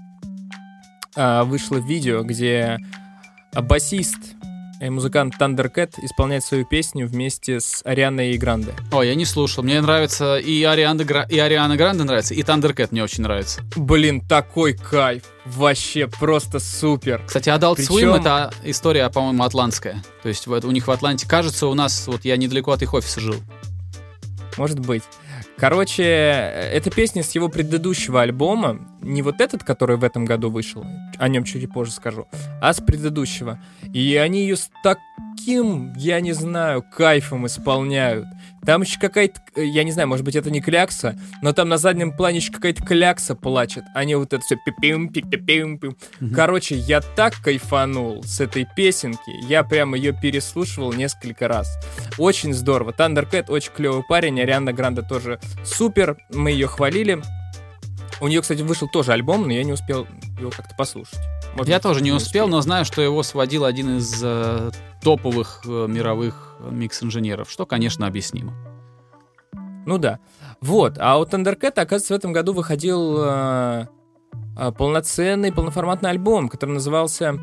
Speaker 3: а, вышло видео, где басист и музыкант Thundercat исполняет свою песню вместе с Арианой Гранде.
Speaker 2: О, я не слушал. Мне нравится и Ариана, Гра... и Ариана Гранде нравится, и Thundercat мне очень нравится.
Speaker 3: Блин, такой кайф. Вообще просто супер.
Speaker 2: Кстати, Adult
Speaker 3: Причем...
Speaker 2: Swim — это история, по-моему, атлантская. То есть вот у них в Атланте, кажется, у нас, вот я недалеко от их офиса жил.
Speaker 3: Может быть. Короче, это песня с его предыдущего альбома. Не вот этот, который в этом году вышел, о нем чуть позже скажу, а с предыдущего. И они ее с таким, я не знаю, кайфом исполняют. Там еще какая-то, я не знаю, может быть, это не клякса, но там на заднем плане еще какая-то клякса плачет. Они вот это все пи-пим, пи-пим, пи-пим. Mm-hmm. Короче, я так кайфанул с этой песенки. Я прямо ее переслушивал несколько раз. Очень здорово. Thundercat очень клевый парень, Ариана Гранде тоже супер. Мы ее хвалили. У нее, кстати, вышел тоже альбом, но я не успел его как-то послушать.
Speaker 2: Может, я тоже не успел, но знаю, что его сводил один из э, топовых э, мировых микс-инженеров, что, конечно, объяснимо.
Speaker 3: Ну да. Вот. А у Thundercat, оказывается, в этом году выходил э, э, полноценный, полноформатный альбом, который назывался...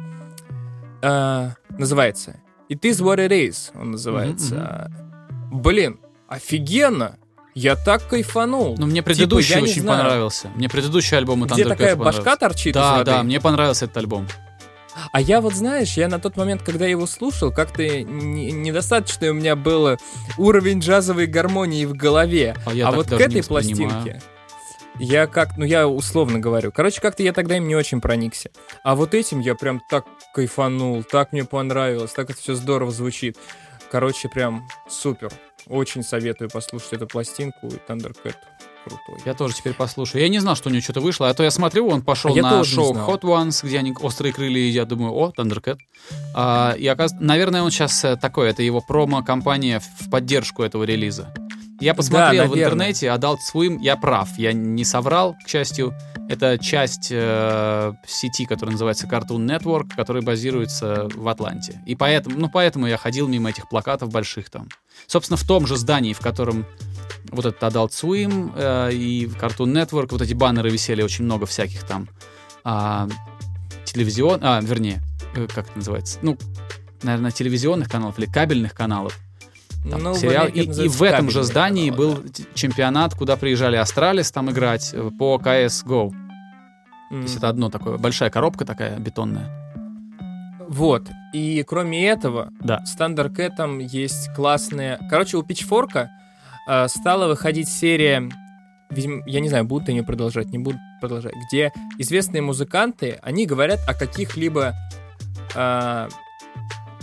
Speaker 3: Э, называется It Is What It Is. Он называется. Mm-hmm. Блин, офигенно! Я так кайфанул.
Speaker 2: Ну, мне предыдущий
Speaker 3: типа,
Speaker 2: очень понравился. Мне предыдущий альбом у Thundercat
Speaker 3: Где такая
Speaker 2: понравился.
Speaker 3: Башка торчит
Speaker 2: да,
Speaker 3: из воды?
Speaker 2: Да, мне понравился этот альбом.
Speaker 3: А я вот, знаешь, я на тот момент, когда его слушал, как-то не, недостаточно у меня был уровень джазовой гармонии в голове.
Speaker 2: А, я
Speaker 3: а
Speaker 2: так
Speaker 3: вот к
Speaker 2: даже
Speaker 3: этой пластинке я как, ну я условно говорю. Короче, как-то я тогда им не очень проникся. А вот этим я прям так кайфанул, так мне понравилось, так это все здорово звучит. Короче, прям супер. Очень советую послушать эту пластинку, и Thundercat крутой.
Speaker 2: Я тоже теперь послушаю. Я не знал, что у него что-то вышло, а то я смотрю, он пошел
Speaker 3: а
Speaker 2: на шоу Hot Ones, где они острые крылья, и я думаю, о, Thundercat. А, и оказывается, наверное, он сейчас такой, это его промо-компания в поддержку этого релиза. Я посмотрел да, в интернете, Adult Swim, я прав, я не соврал, к счастью. Это часть э, сети, которая называется Cartoon Network, которая базируется в Атланте. И поэтому, ну, поэтому я ходил мимо этих плакатов больших там. Собственно, в том же здании, в котором вот этот Adult Swim э, и Cartoon Network, вот эти баннеры висели, очень много всяких там э, телевизион... А, вернее, э, как это называется? Ну, наверное, телевизионных каналов или кабельных каналов. Там, ну, сериал. И, и в этом же здании канал, был да. чемпионат, куда приезжали Астралис там играть по си эс го. Mm. То есть это одно такое, большая коробка такая бетонная.
Speaker 3: Вот. И кроме этого,
Speaker 2: да.
Speaker 3: с Thundercat'ом есть классные... Короче, у Pitchfork'а э, стала выходить серия, я не знаю, будут они продолжать, не будут продолжать, где известные музыканты, они говорят о каких-либо... Э,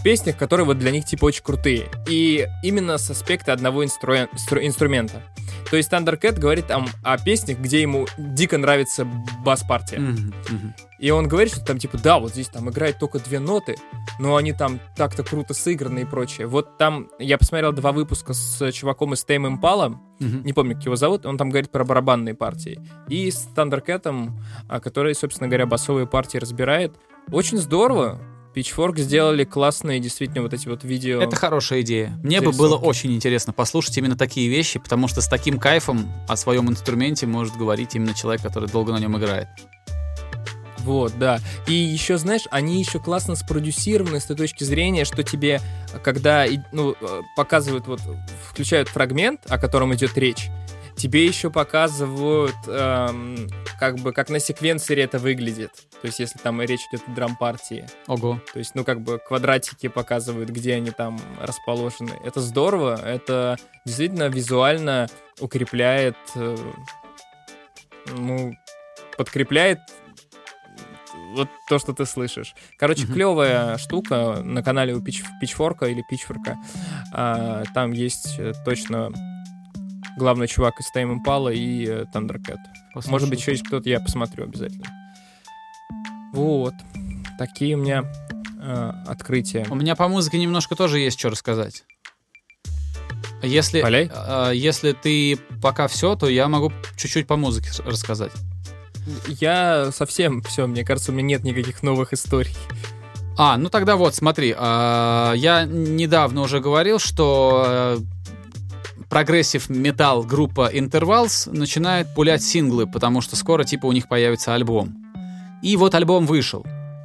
Speaker 3: песнях, которые вот для них типа очень крутые. И именно с аспекта одного инстру... инстру... инструмента. То есть Thundercat говорит там о песнях, где ему дико нравится бас-партия. Mm-hmm. Mm-hmm. И он говорит, что там типа, да, вот здесь там играет только две ноты, но они там так-то круто сыграны и прочее. Вот там, я посмотрел два выпуска с чуваком из Tame Impala, mm-hmm. не помню, как его зовут, он там говорит про барабанные партии. И с Thundercat'ом, который, собственно говоря, басовые партии разбирает. Очень здорово. Pitchfork сделали классные, действительно, вот эти вот видео.
Speaker 2: Это хорошая идея. Мне бы было очень интересно послушать именно такие вещи, потому что с таким кайфом о своем инструменте может говорить именно человек, который долго на нем играет.
Speaker 3: Вот, да. И еще, знаешь, они еще классно спродюсированы с той точки зрения, что тебе, когда ну, показывают, вот, включают фрагмент, о котором идет речь, тебе еще показывают, эм, как бы, как на секвенсоре это выглядит. То есть, если там речь идет о драм-партии.
Speaker 2: Ого.
Speaker 3: То есть, ну, как бы, квадратики показывают, где они там расположены. Это здорово, это действительно визуально укрепляет, э, ну, подкрепляет вот то, что ты слышишь. Короче, mm-hmm. клевая штука на канале у Pitch, Pitchfork или Pitchfork. А, там есть точно главный чувак из Tame Impala и э, Thundercat. Послушай. Может быть, еще есть кто-то, я посмотрю обязательно. Вот. Такие у меня э, открытия.
Speaker 2: У меня по музыке немножко тоже есть что рассказать. Если, э, если ты пока все, то я могу чуть-чуть по музыке рассказать.
Speaker 3: Я совсем все, мне кажется, у меня нет никаких новых историй.
Speaker 2: А, ну тогда вот, смотри. Э, я недавно уже говорил, что... Э, прогрессив метал группа Intervals начинает пулять синглы, потому что скоро типа у них появится альбом. И вот альбом вышел.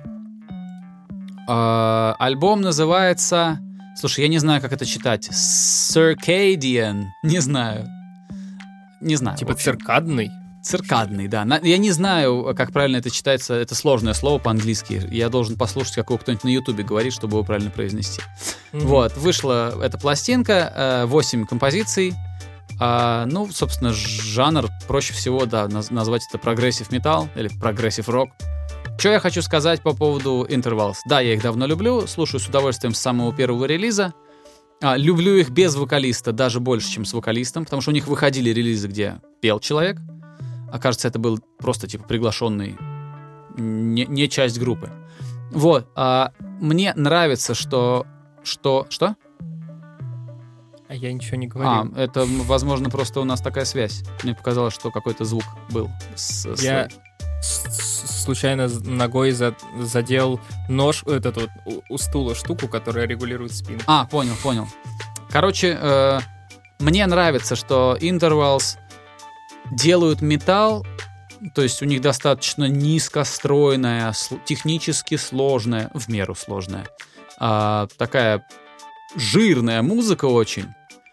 Speaker 2: Э, альбом называется... Слушай, я не знаю, как это читать. Circadian. Не знаю. Не знаю.
Speaker 3: Типа циркадный?
Speaker 2: Циркадный, да. Я не знаю, как правильно это читается. Это сложное слово по-английски. Я должен послушать, как его кто-нибудь на Ютубе говорит, чтобы его правильно произнести. Mm-hmm. Вот, вышла эта пластинка, восемь композиций. Ну, собственно, жанр проще всего, да, назвать это прогрессив метал или прогрессив рок. Что я хочу сказать по поводу Intervals? Да, я их давно люблю, слушаю с удовольствием с самого первого релиза. Люблю их без вокалиста даже больше, чем с вокалистом, потому что у них выходили релизы, где пел человек. А кажется, это был просто типа приглашенный, не, не часть группы. Вот. А, мне нравится, что... Что? Что?
Speaker 3: А я ничего не говорю.
Speaker 2: А, это, возможно, просто у нас такая связь. Мне показалось, что какой-то звук был. С,
Speaker 3: я с... случайно ногой задел нож, этот вот у, у стула штуку, которая регулирует спину.
Speaker 2: А, понял, понял. Короче, э, мне нравится, что Intervals делают металл, то есть у них достаточно низкостройная, технически сложная, в меру сложная, а, такая жирная музыка очень.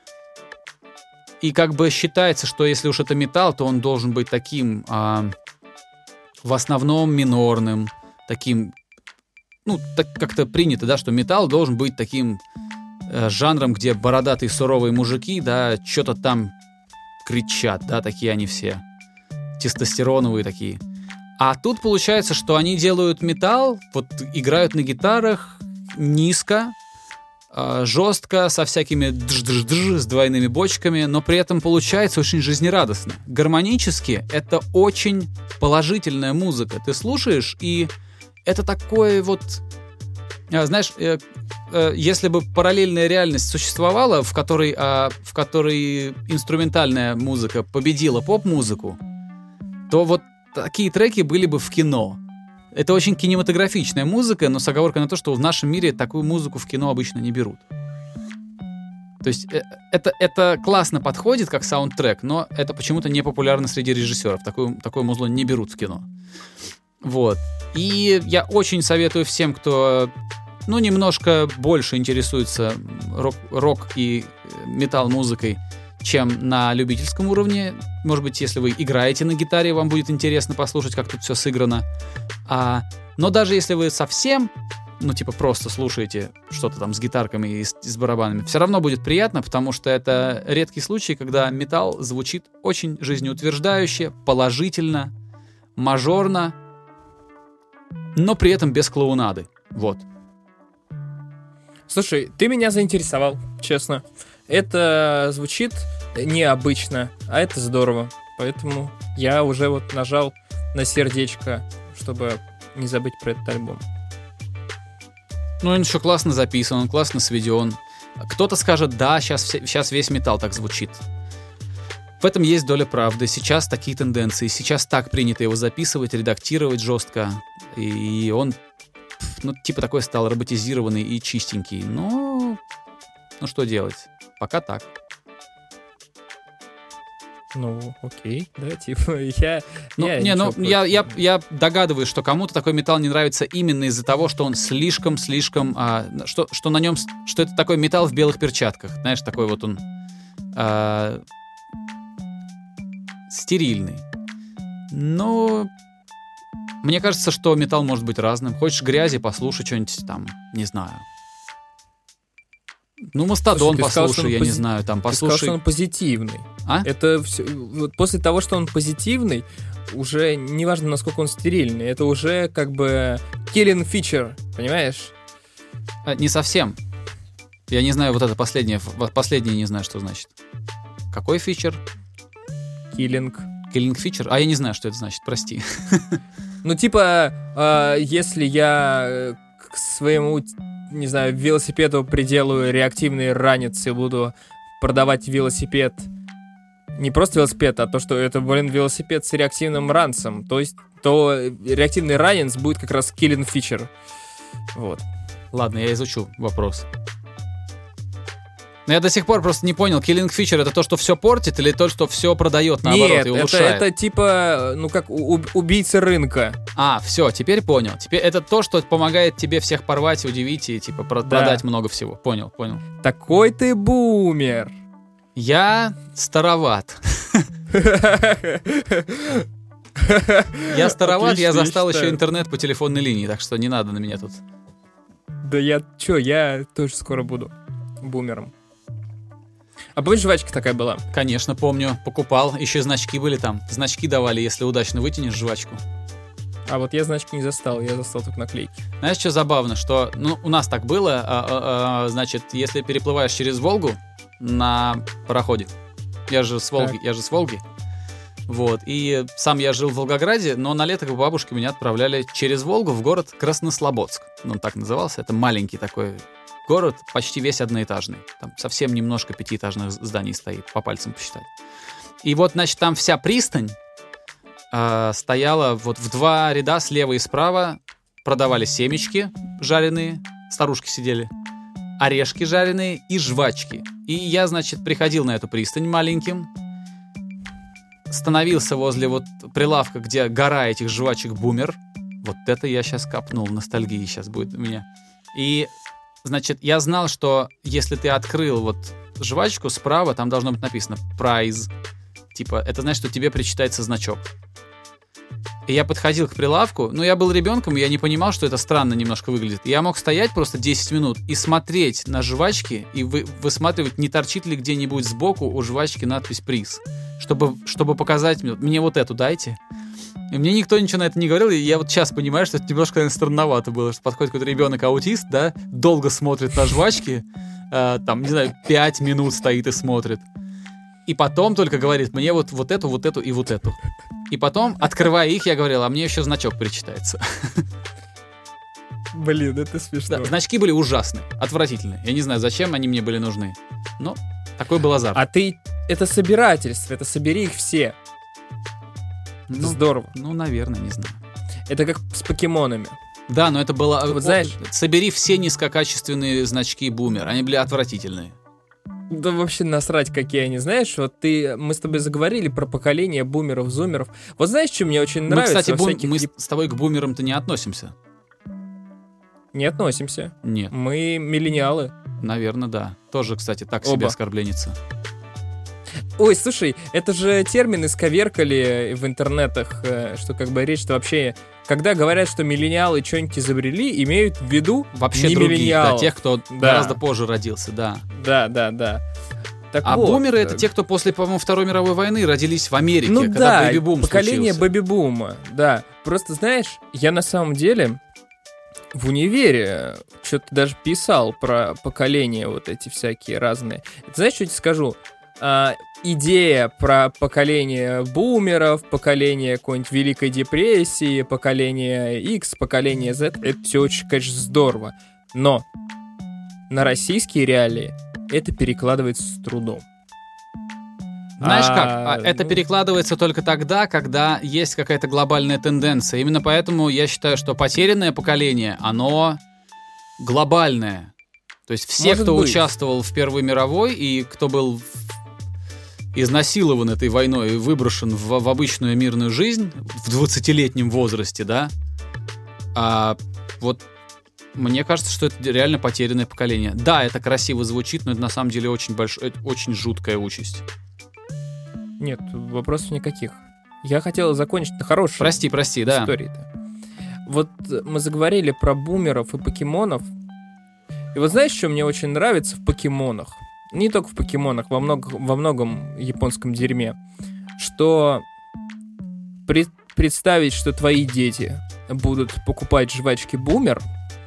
Speaker 2: И как бы считается, что если уж это металл, то он должен быть таким а, в основном минорным, таким, ну, так как-то принято, да, что металл должен быть таким э, жанром, где бородатые суровые мужики, да, что-то там кричат, да, такие они все. Тестостероновые такие. А тут получается, что они делают металл, вот играют на гитарах низко, э, жестко, со всякими дж-дж-дж, с двойными бочками, но при этом получается очень жизнерадостно. Гармонически это очень положительная музыка. Ты слушаешь, и это такое вот... Знаешь, э, э, если бы параллельная реальность существовала, в которой, э, в которой инструментальная музыка победила поп-музыку, то вот такие треки были бы в кино. Это очень кинематографичная музыка, но с оговоркой на то, что в нашем мире такую музыку в кино обычно не берут. То есть э, это, это классно подходит как саундтрек, но это почему-то не популярно среди режиссеров. Такое, такое музло не берут в кино. Вот. И я очень советую всем, кто, ну, немножко больше интересуется рок, рок и метал-музыкой, чем на любительском уровне. Может быть, если вы играете на гитаре, вам будет интересно послушать, как тут все сыграно. А, но даже если вы совсем, ну, типа, просто слушаете что-то там с гитарками и с, с барабанами, все равно будет приятно, потому что это редкий случай, когда металл звучит очень жизнеутверждающе, положительно, мажорно, но при этом без клоунады. Вот.
Speaker 3: Слушай, ты меня заинтересовал, честно. Это звучит необычно, а это здорово. Поэтому я уже вот нажал на сердечко, чтобы не забыть про этот альбом.
Speaker 2: Ну, он еще классно записан, он классно сведен. Кто-то скажет, да, сейчас, сейчас весь металл так звучит. В этом есть доля правды. Сейчас такие тенденции. Сейчас так принято его записывать, редактировать жестко. И он, ну, типа такой стал роботизированный и чистенький. Но, ну, что делать? Пока так.
Speaker 3: Ну, окей, да, типа, я...
Speaker 2: Ну,
Speaker 3: я
Speaker 2: не, ну,
Speaker 3: против.
Speaker 2: я, я, я догадываюсь, что кому-то такой металл не нравится именно из-за того, что он слишком-слишком... А, что, что на нем... Что это такой металл в белых перчатках. Знаешь, такой вот он... А, стерильный. Но... Мне кажется, что металл может быть разным. Хочешь грязи, послушай что-нибудь там, не знаю. Ну, Мастодон
Speaker 3: Слушай,
Speaker 2: послушай,
Speaker 3: сказал,
Speaker 2: я
Speaker 3: пози...
Speaker 2: не знаю, там,
Speaker 3: Ты
Speaker 2: послушай...
Speaker 3: сказал, что он позитивный.
Speaker 2: А?
Speaker 3: Это все... Вот после того, что он позитивный, уже неважно, насколько он стерильный, это уже как бы killing feature, понимаешь?
Speaker 2: А, не совсем. Я не знаю, вот это последнее, последнее не знаю, что значит. Какой фичер?
Speaker 3: Killing.
Speaker 2: Killing feature? А я не знаю, что это значит, прости.
Speaker 3: Ну, типа, э, если я к своему, не знаю, велосипеду приделаю реактивный ранец и буду продавать велосипед, не просто велосипед, а то, что это, блин, велосипед с реактивным ранцем, то есть, то реактивный ранец будет как раз killing feature. Вот.
Speaker 2: Ладно, я изучу вопрос. Но я до сих пор просто не понял, killing feature — это то, что все портит, или то, что все продает, наоборот,
Speaker 3: Нет,
Speaker 2: и
Speaker 3: это,
Speaker 2: улучшает?
Speaker 3: это типа, ну как у- убийца рынка.
Speaker 2: А, все, теперь понял. Теперь это то, что помогает тебе всех порвать, удивить и типа про-
Speaker 3: Да.
Speaker 2: продать много всего. Понял, понял.
Speaker 3: Такой ты бумер.
Speaker 2: Я староват. Я староват, я
Speaker 3: Отлично,
Speaker 2: застал
Speaker 3: я
Speaker 2: еще
Speaker 3: считаю.
Speaker 2: интернет по телефонной линии, так что не надо на меня тут.
Speaker 3: Да я чё, я тоже скоро буду бумером. А помнишь, жвачка такая была?
Speaker 2: Конечно, помню, покупал. Еще значки были там. Значки давали, если удачно вытянешь жвачку.
Speaker 3: А вот я значки не застал, я застал только наклейки.
Speaker 2: Знаешь, что забавно, что ну, у нас так было, а, а, а, значит, если переплываешь через Волгу на пароходе, я же с Волги,
Speaker 3: Так.
Speaker 2: я же с Волги, вот, и сам я жил в Волгограде, но на лето к бабушке меня отправляли через Волгу в город Краснослободск, ну, он так назывался, это маленький такой город, почти весь одноэтажный, там совсем немножко пятиэтажных зданий стоит, по пальцам посчитать. И вот, значит, там вся пристань э, стояла вот в два ряда слева и справа, продавали семечки жареные, старушки сидели, орешки жареные и жвачки. И я, значит, приходил на эту пристань маленьким, становился возле вот прилавка, где гора этих жвачек «Бумер». Вот это я сейчас копнул, ностальгии сейчас будет у меня. И, значит, я знал, что если ты открыл вот жвачку справа, там должно быть написано «Прайз». Типа, это значит, что тебе причитается значок. И я подходил к прилавку, но я был ребенком, и я не понимал, что это странно немножко выглядит. И я мог стоять просто десять минут и смотреть на жвачки, и вы, высматривать, не торчит ли где-нибудь сбоку у жвачки надпись «Приз», чтобы, чтобы показать мне, мне вот эту дайте. И мне никто ничего на это не говорил, и я вот сейчас понимаю, что это немножко, наверное, странновато было, что подходит какой-то ребенок-аутист, да, долго смотрит на жвачки, э, там, не знаю, пять минут стоит и смотрит. И потом только говорит, мне вот, вот эту, вот эту и вот эту. И потом, открывая их, я говорил, а мне еще значок причитается.
Speaker 3: Блин, это смешно.
Speaker 2: Да, значки были ужасные, отвратительные. Я не знаю, зачем они мне были нужны. Но такой был азарт.
Speaker 3: А ты... Это собирательство, это собери их все. Это
Speaker 2: Ну,
Speaker 3: здорово.
Speaker 2: Ну, наверное, не знаю.
Speaker 3: Это как с покемонами.
Speaker 2: Да, но это было...
Speaker 3: Вот знаешь-
Speaker 2: О, собери все низкокачественные значки «Бумер». Они были отвратительные.
Speaker 3: Да вообще насрать, какие они, знаешь, вот ты, мы с тобой заговорили про поколение бумеров, зумеров. Вот знаешь, что мне очень
Speaker 2: Мы,
Speaker 3: нравится?
Speaker 2: кстати,
Speaker 3: во
Speaker 2: бум-
Speaker 3: всяких
Speaker 2: мы с
Speaker 3: еп-
Speaker 2: с тобой к бумерам-то не относимся.
Speaker 3: Не относимся.
Speaker 2: Нет,
Speaker 3: Мы миллениалы.
Speaker 2: наверное, да. Тоже, кстати, так
Speaker 3: Оба.
Speaker 2: себе оскорбленница.
Speaker 3: Ой, слушай, это же термин исковеркали в интернетах, э, что как бы речь-то вообще... Когда говорят, что миллениалы что-нибудь изобрели, имеют в виду
Speaker 2: Вообще
Speaker 3: не
Speaker 2: других, да,
Speaker 3: миллениалов.
Speaker 2: тех, кто
Speaker 3: Да.
Speaker 2: гораздо позже родился, да.
Speaker 3: Да, да, да. Так
Speaker 2: А
Speaker 3: вот,
Speaker 2: бумеры — это
Speaker 3: э,
Speaker 2: те, кто после, по-моему, Второй мировой войны родились в Америке,
Speaker 3: Ну
Speaker 2: когда
Speaker 3: да,
Speaker 2: бэби-бум
Speaker 3: поколение
Speaker 2: случился.
Speaker 3: бэби-бума, да. Просто, знаешь, я на самом деле в универе что-то даже писал про поколения вот эти всякие разные. Ты знаешь, что я тебе скажу? А, идея про поколение бумеров, поколение какой-нибудь Великой депрессии, поколение X, поколение Z, это все очень, конечно, здорово. Но на российские реалии это перекладывается с трудом.
Speaker 2: Знаешь
Speaker 3: а,
Speaker 2: как, а, это
Speaker 3: ну...
Speaker 2: перекладывается только тогда, когда есть какая-то глобальная тенденция. Именно поэтому я считаю, что потерянное поколение, оно глобальное. То есть все,
Speaker 3: Может
Speaker 2: кто
Speaker 3: быть.
Speaker 2: участвовал в Первой мировой и кто был изнасилован этой войной и выброшен в, в обычную мирную жизнь в двадцатилетнем возрасте, да, а вот мне кажется, что это реально потерянное поколение. Да, это красиво звучит, но это на самом деле очень большой, очень жуткая участь.
Speaker 3: Нет, вопросов никаких. Я хотел закончить на хорошей
Speaker 2: Прости, прости, да.
Speaker 3: истории-то. Вот мы заговорили про бумеров и покемонов. И вот знаешь, что мне очень нравится в покемонах? Не только в покемонах, во, много, во многом японском дерьме. Что при, представить, что твои дети будут покупать жвачки бумер,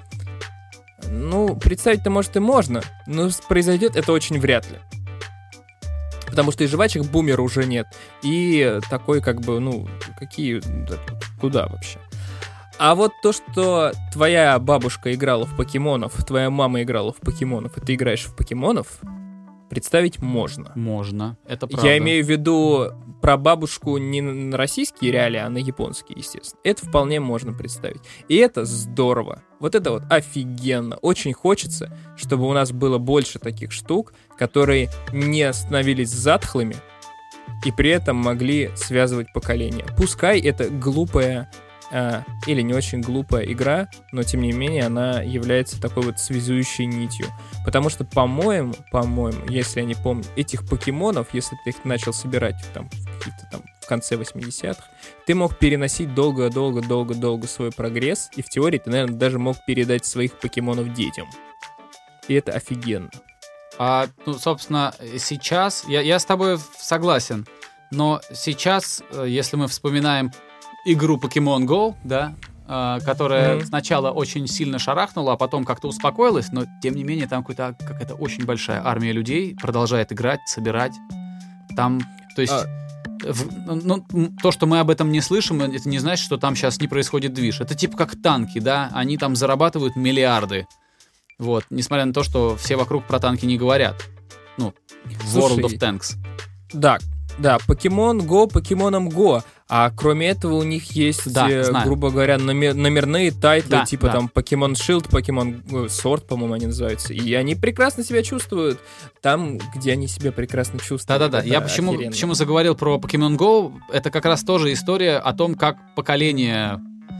Speaker 3: ну, представить-то, может, и можно, но произойдет это очень вряд ли. Потому что и жвачек бумера уже нет. И такой, как бы, ну, какие... Куда вообще? А вот то, что твоя бабушка играла в покемонов, твоя мама играла в покемонов, и ты играешь в покемонов, представить можно.
Speaker 2: Можно, это правда.
Speaker 3: Я имею в виду про бабушку не на российские реалии, а на японские, естественно. Это вполне можно представить. И это здорово. Вот это вот офигенно. Очень хочется, чтобы у нас было больше таких штук, которые не становились затхлыми и при этом могли связывать поколения. Пускай это глупая э, или не очень глупая игра, но тем не менее она является такой вот связующей нитью. Потому что, по-моему, по-моему, если я не помню, этих покемонов, если ты их начал собирать там в каких-то там в конце восьмидесятых, ты мог переносить долго-долго-долго-долго свой прогресс, и в теории ты, наверное, даже мог передать своих покемонов детям. И это офигенно.
Speaker 2: А, ну, собственно, сейчас, я, я с тобой согласен, но сейчас, если мы вспоминаем игру Pokemon Go, да, которая mm-hmm. сначала очень сильно шарахнула, а потом как-то успокоилась, но, тем не менее, там какая-то, какая-то очень большая армия людей продолжает играть, собирать. Там, то есть... А... В, ну, то, что мы об этом не слышим, это не значит, что там сейчас не происходит движ. Это типа как танки, да, они там зарабатывают миллиарды. Вот, несмотря на то, что все вокруг про танки не говорят. Ну,
Speaker 3: Слушай,
Speaker 2: World of Tanks.
Speaker 3: Да, да, Pokemon Go, Pokemon Go. А кроме этого у них есть,
Speaker 2: да,
Speaker 3: э, грубо говоря, номер, номерные тайтлы, да, типа да. там Pokemon Shield, Pokemon Sword, по-моему, они называются. И они прекрасно себя чувствуют там, где они себя прекрасно чувствуют.
Speaker 2: Да-да-да, я почему, почему заговорил про Pokemon Go, это как раз тоже история о том, как поколения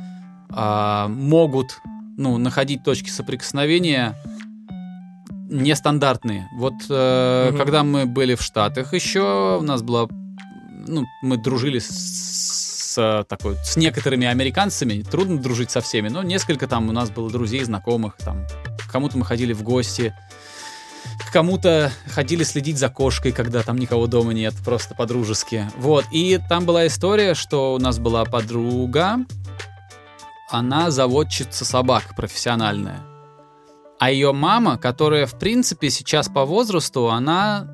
Speaker 2: э, могут, ну, находить точки соприкосновения нестандартные. Вот э, угу. когда мы были в Штатах еще, у нас была... Ну, мы дружили с, с, такой, с некоторыми американцами. Трудно дружить со всеми, но несколько там у нас было друзей, знакомых. Там, к кому-то мы ходили в гости, к кому-то ходили следить за кошкой, когда там никого дома нет, просто по-дружески. Вот. И там была история, что у нас была подруга, она заводчица собак профессиональная. А ее мама, которая, в принципе, сейчас по возрасту, она...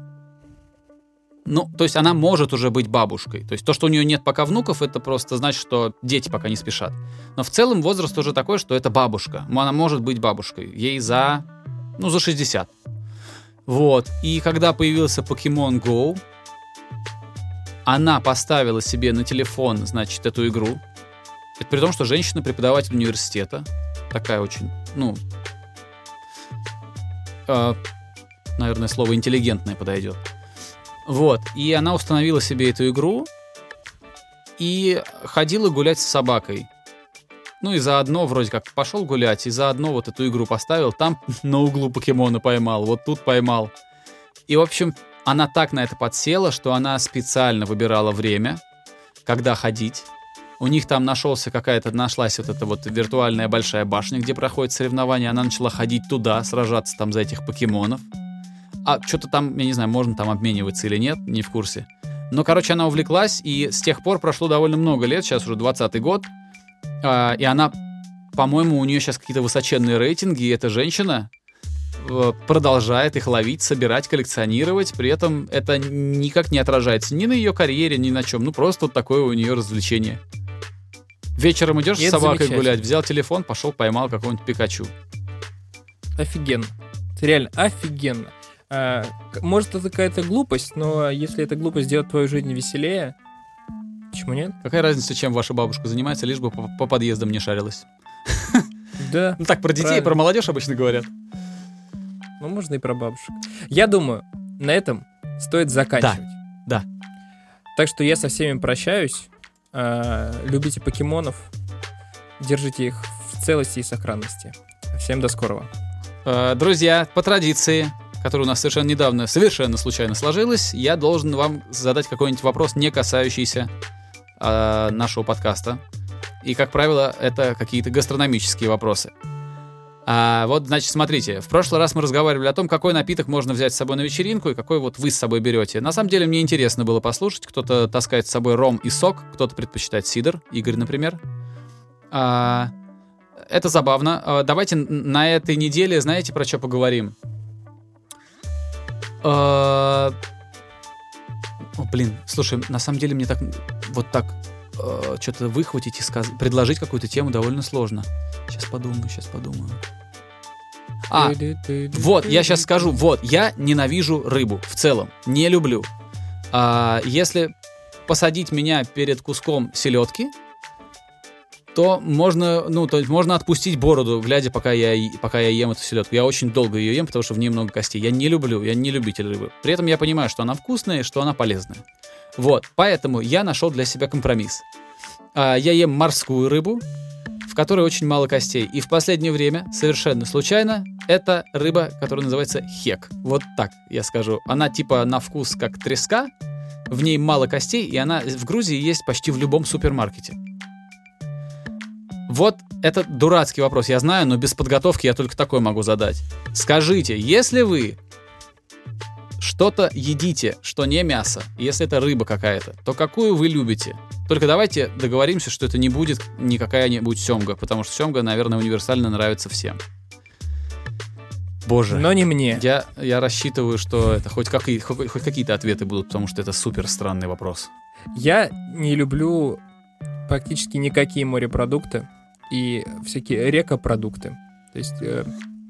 Speaker 2: Ну, то есть она может уже быть бабушкой. То есть то, что у нее нет пока внуков, это просто значит, что дети пока не спешат. Но в целом возраст уже такой, что это бабушка. Она может быть бабушкой. Ей за... Ну, за шестьдесят. Вот. И когда появился Pokemon Go, она поставила себе на телефон, значит, эту игру. Это при том, что женщина преподаватель университета. Такая очень, ну... Э, наверное, слово «интеллигентное» подойдет. Вот, и она установила себе эту игру и ходила гулять с собакой. Ну и заодно вроде как пошел гулять, и заодно вот эту игру поставил, там на углу покемона поймал, вот тут поймал. И, в общем, она так на это подсела, что она специально выбирала время, когда ходить. У них там нашелся какая-то, нашлась вот эта вот виртуальная большая башня, где проходят соревнования. Она начала ходить туда, сражаться там за этих покемонов. А что-то там, я не знаю, можно там обмениваться или нет, не в курсе. Но, короче, она увлеклась, и с тех пор прошло довольно много лет, сейчас уже двадцатый год, э, и она по-моему, у нее сейчас какие-то высоченные рейтинги, и эта женщина продолжает их ловить, собирать, коллекционировать. При этом это никак не отражается ни на ее карьере, ни на чем. Ну, просто вот такое у нее развлечение. Вечером идешь с собакой гулять, взял телефон, пошел, поймал какого-нибудь Пикачу.
Speaker 3: Офигенно. Это реально офигенно. А, может, это какая-то глупость, но если эта глупость сделает твою жизнь веселее, почему нет?
Speaker 2: Какая разница, чем ваша бабушка занимается, лишь бы по, по подъездам не шарилась.
Speaker 3: Да.
Speaker 2: Ну так про детей, про молодежь обычно говорят.
Speaker 3: Ну, можно и про бабушек. Я думаю, на этом стоит заканчивать.
Speaker 2: Да, да.
Speaker 3: Так что я со всеми прощаюсь. А, любите покемонов. Держите их в целости и сохранности. Всем до скорого.
Speaker 2: А, друзья, по традиции, которая у нас совершенно недавно, совершенно случайно сложилась, я должен вам задать какой-нибудь вопрос, не касающийся а, нашего подкаста. И, как правило, это какие-то гастрономические вопросы. А вот, значит, смотрите, в прошлый раз мы разговаривали о том, какой напиток можно взять с собой на вечеринку и какой вот вы с собой берете. На самом деле мне интересно было послушать. Кто-то таскает с собой ром и сок, кто-то предпочитает сидр, Игорь, например. А, это забавно. А, давайте на этой неделе, знаете, про что поговорим? А, о, блин, слушай, на самом деле мне так вот так а, что-то выхватить и сказ... предложить какую-то тему довольно сложно. Сейчас подумаю, сейчас подумаю. А, вот, я сейчас скажу. Вот, я ненавижу рыбу в целом. Не люблю. А, если посадить меня перед куском селедки, то можно, ну, то есть можно отпустить бороду, глядя, пока я, пока я ем эту селедку. Я очень долго ее ем, потому что в ней много костей. Я не люблю, я не любитель рыбы. При этом я понимаю, что она вкусная и что она полезная. Вот, поэтому я нашел для себя компромисс. А, я ем морскую рыбу, в которой очень мало костей. И в последнее время, совершенно случайно, это рыба, которая называется хек. Вот так я скажу. Она типа на вкус как треска, в ней мало костей, и она в Грузии есть почти в любом супермаркете. Вот это дурацкий вопрос, я знаю, но без подготовки я только такой могу задать. Скажите, если вы что-то едите, что не мясо, если это рыба какая-то, то какую вы любите? Только давайте договоримся, что это не будет ни какая-нибудь семга, потому что семга, наверное, универсально нравится всем. Боже.
Speaker 3: Но не мне.
Speaker 2: Я, я рассчитываю, что это хоть, какие, хоть, хоть какие-то ответы будут, потому что это супер странный вопрос.
Speaker 3: Я не люблю практически никакие морепродукты и всякие рекопродукты. То есть э,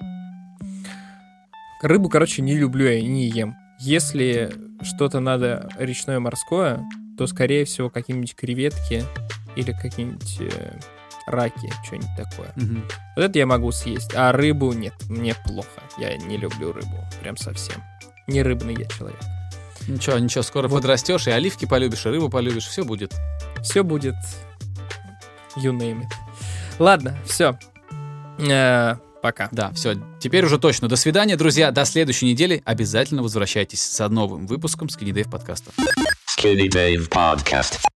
Speaker 3: рыбу, короче, не люблю я и не ем. Если что-то надо речное морское, то, скорее всего, какие-нибудь креветки или какие-нибудь э, раки, что-нибудь такое.
Speaker 2: Угу.
Speaker 3: Вот это я могу съесть, а рыбу нет, мне плохо. Я не люблю рыбу, прям совсем. Не рыбный я человек.
Speaker 2: Ничего, ничего, скоро вот подрастешь, и оливки полюбишь, и рыбу полюбишь, все будет.
Speaker 3: Все будет. You name it. Ладно, все. Э, пока.
Speaker 2: Да, все. Теперь уже точно. До свидания, друзья. До следующей недели. Обязательно возвращайтесь с новым выпуском Skinny Dave подкаста.
Speaker 1: Skinny Dave Podcast.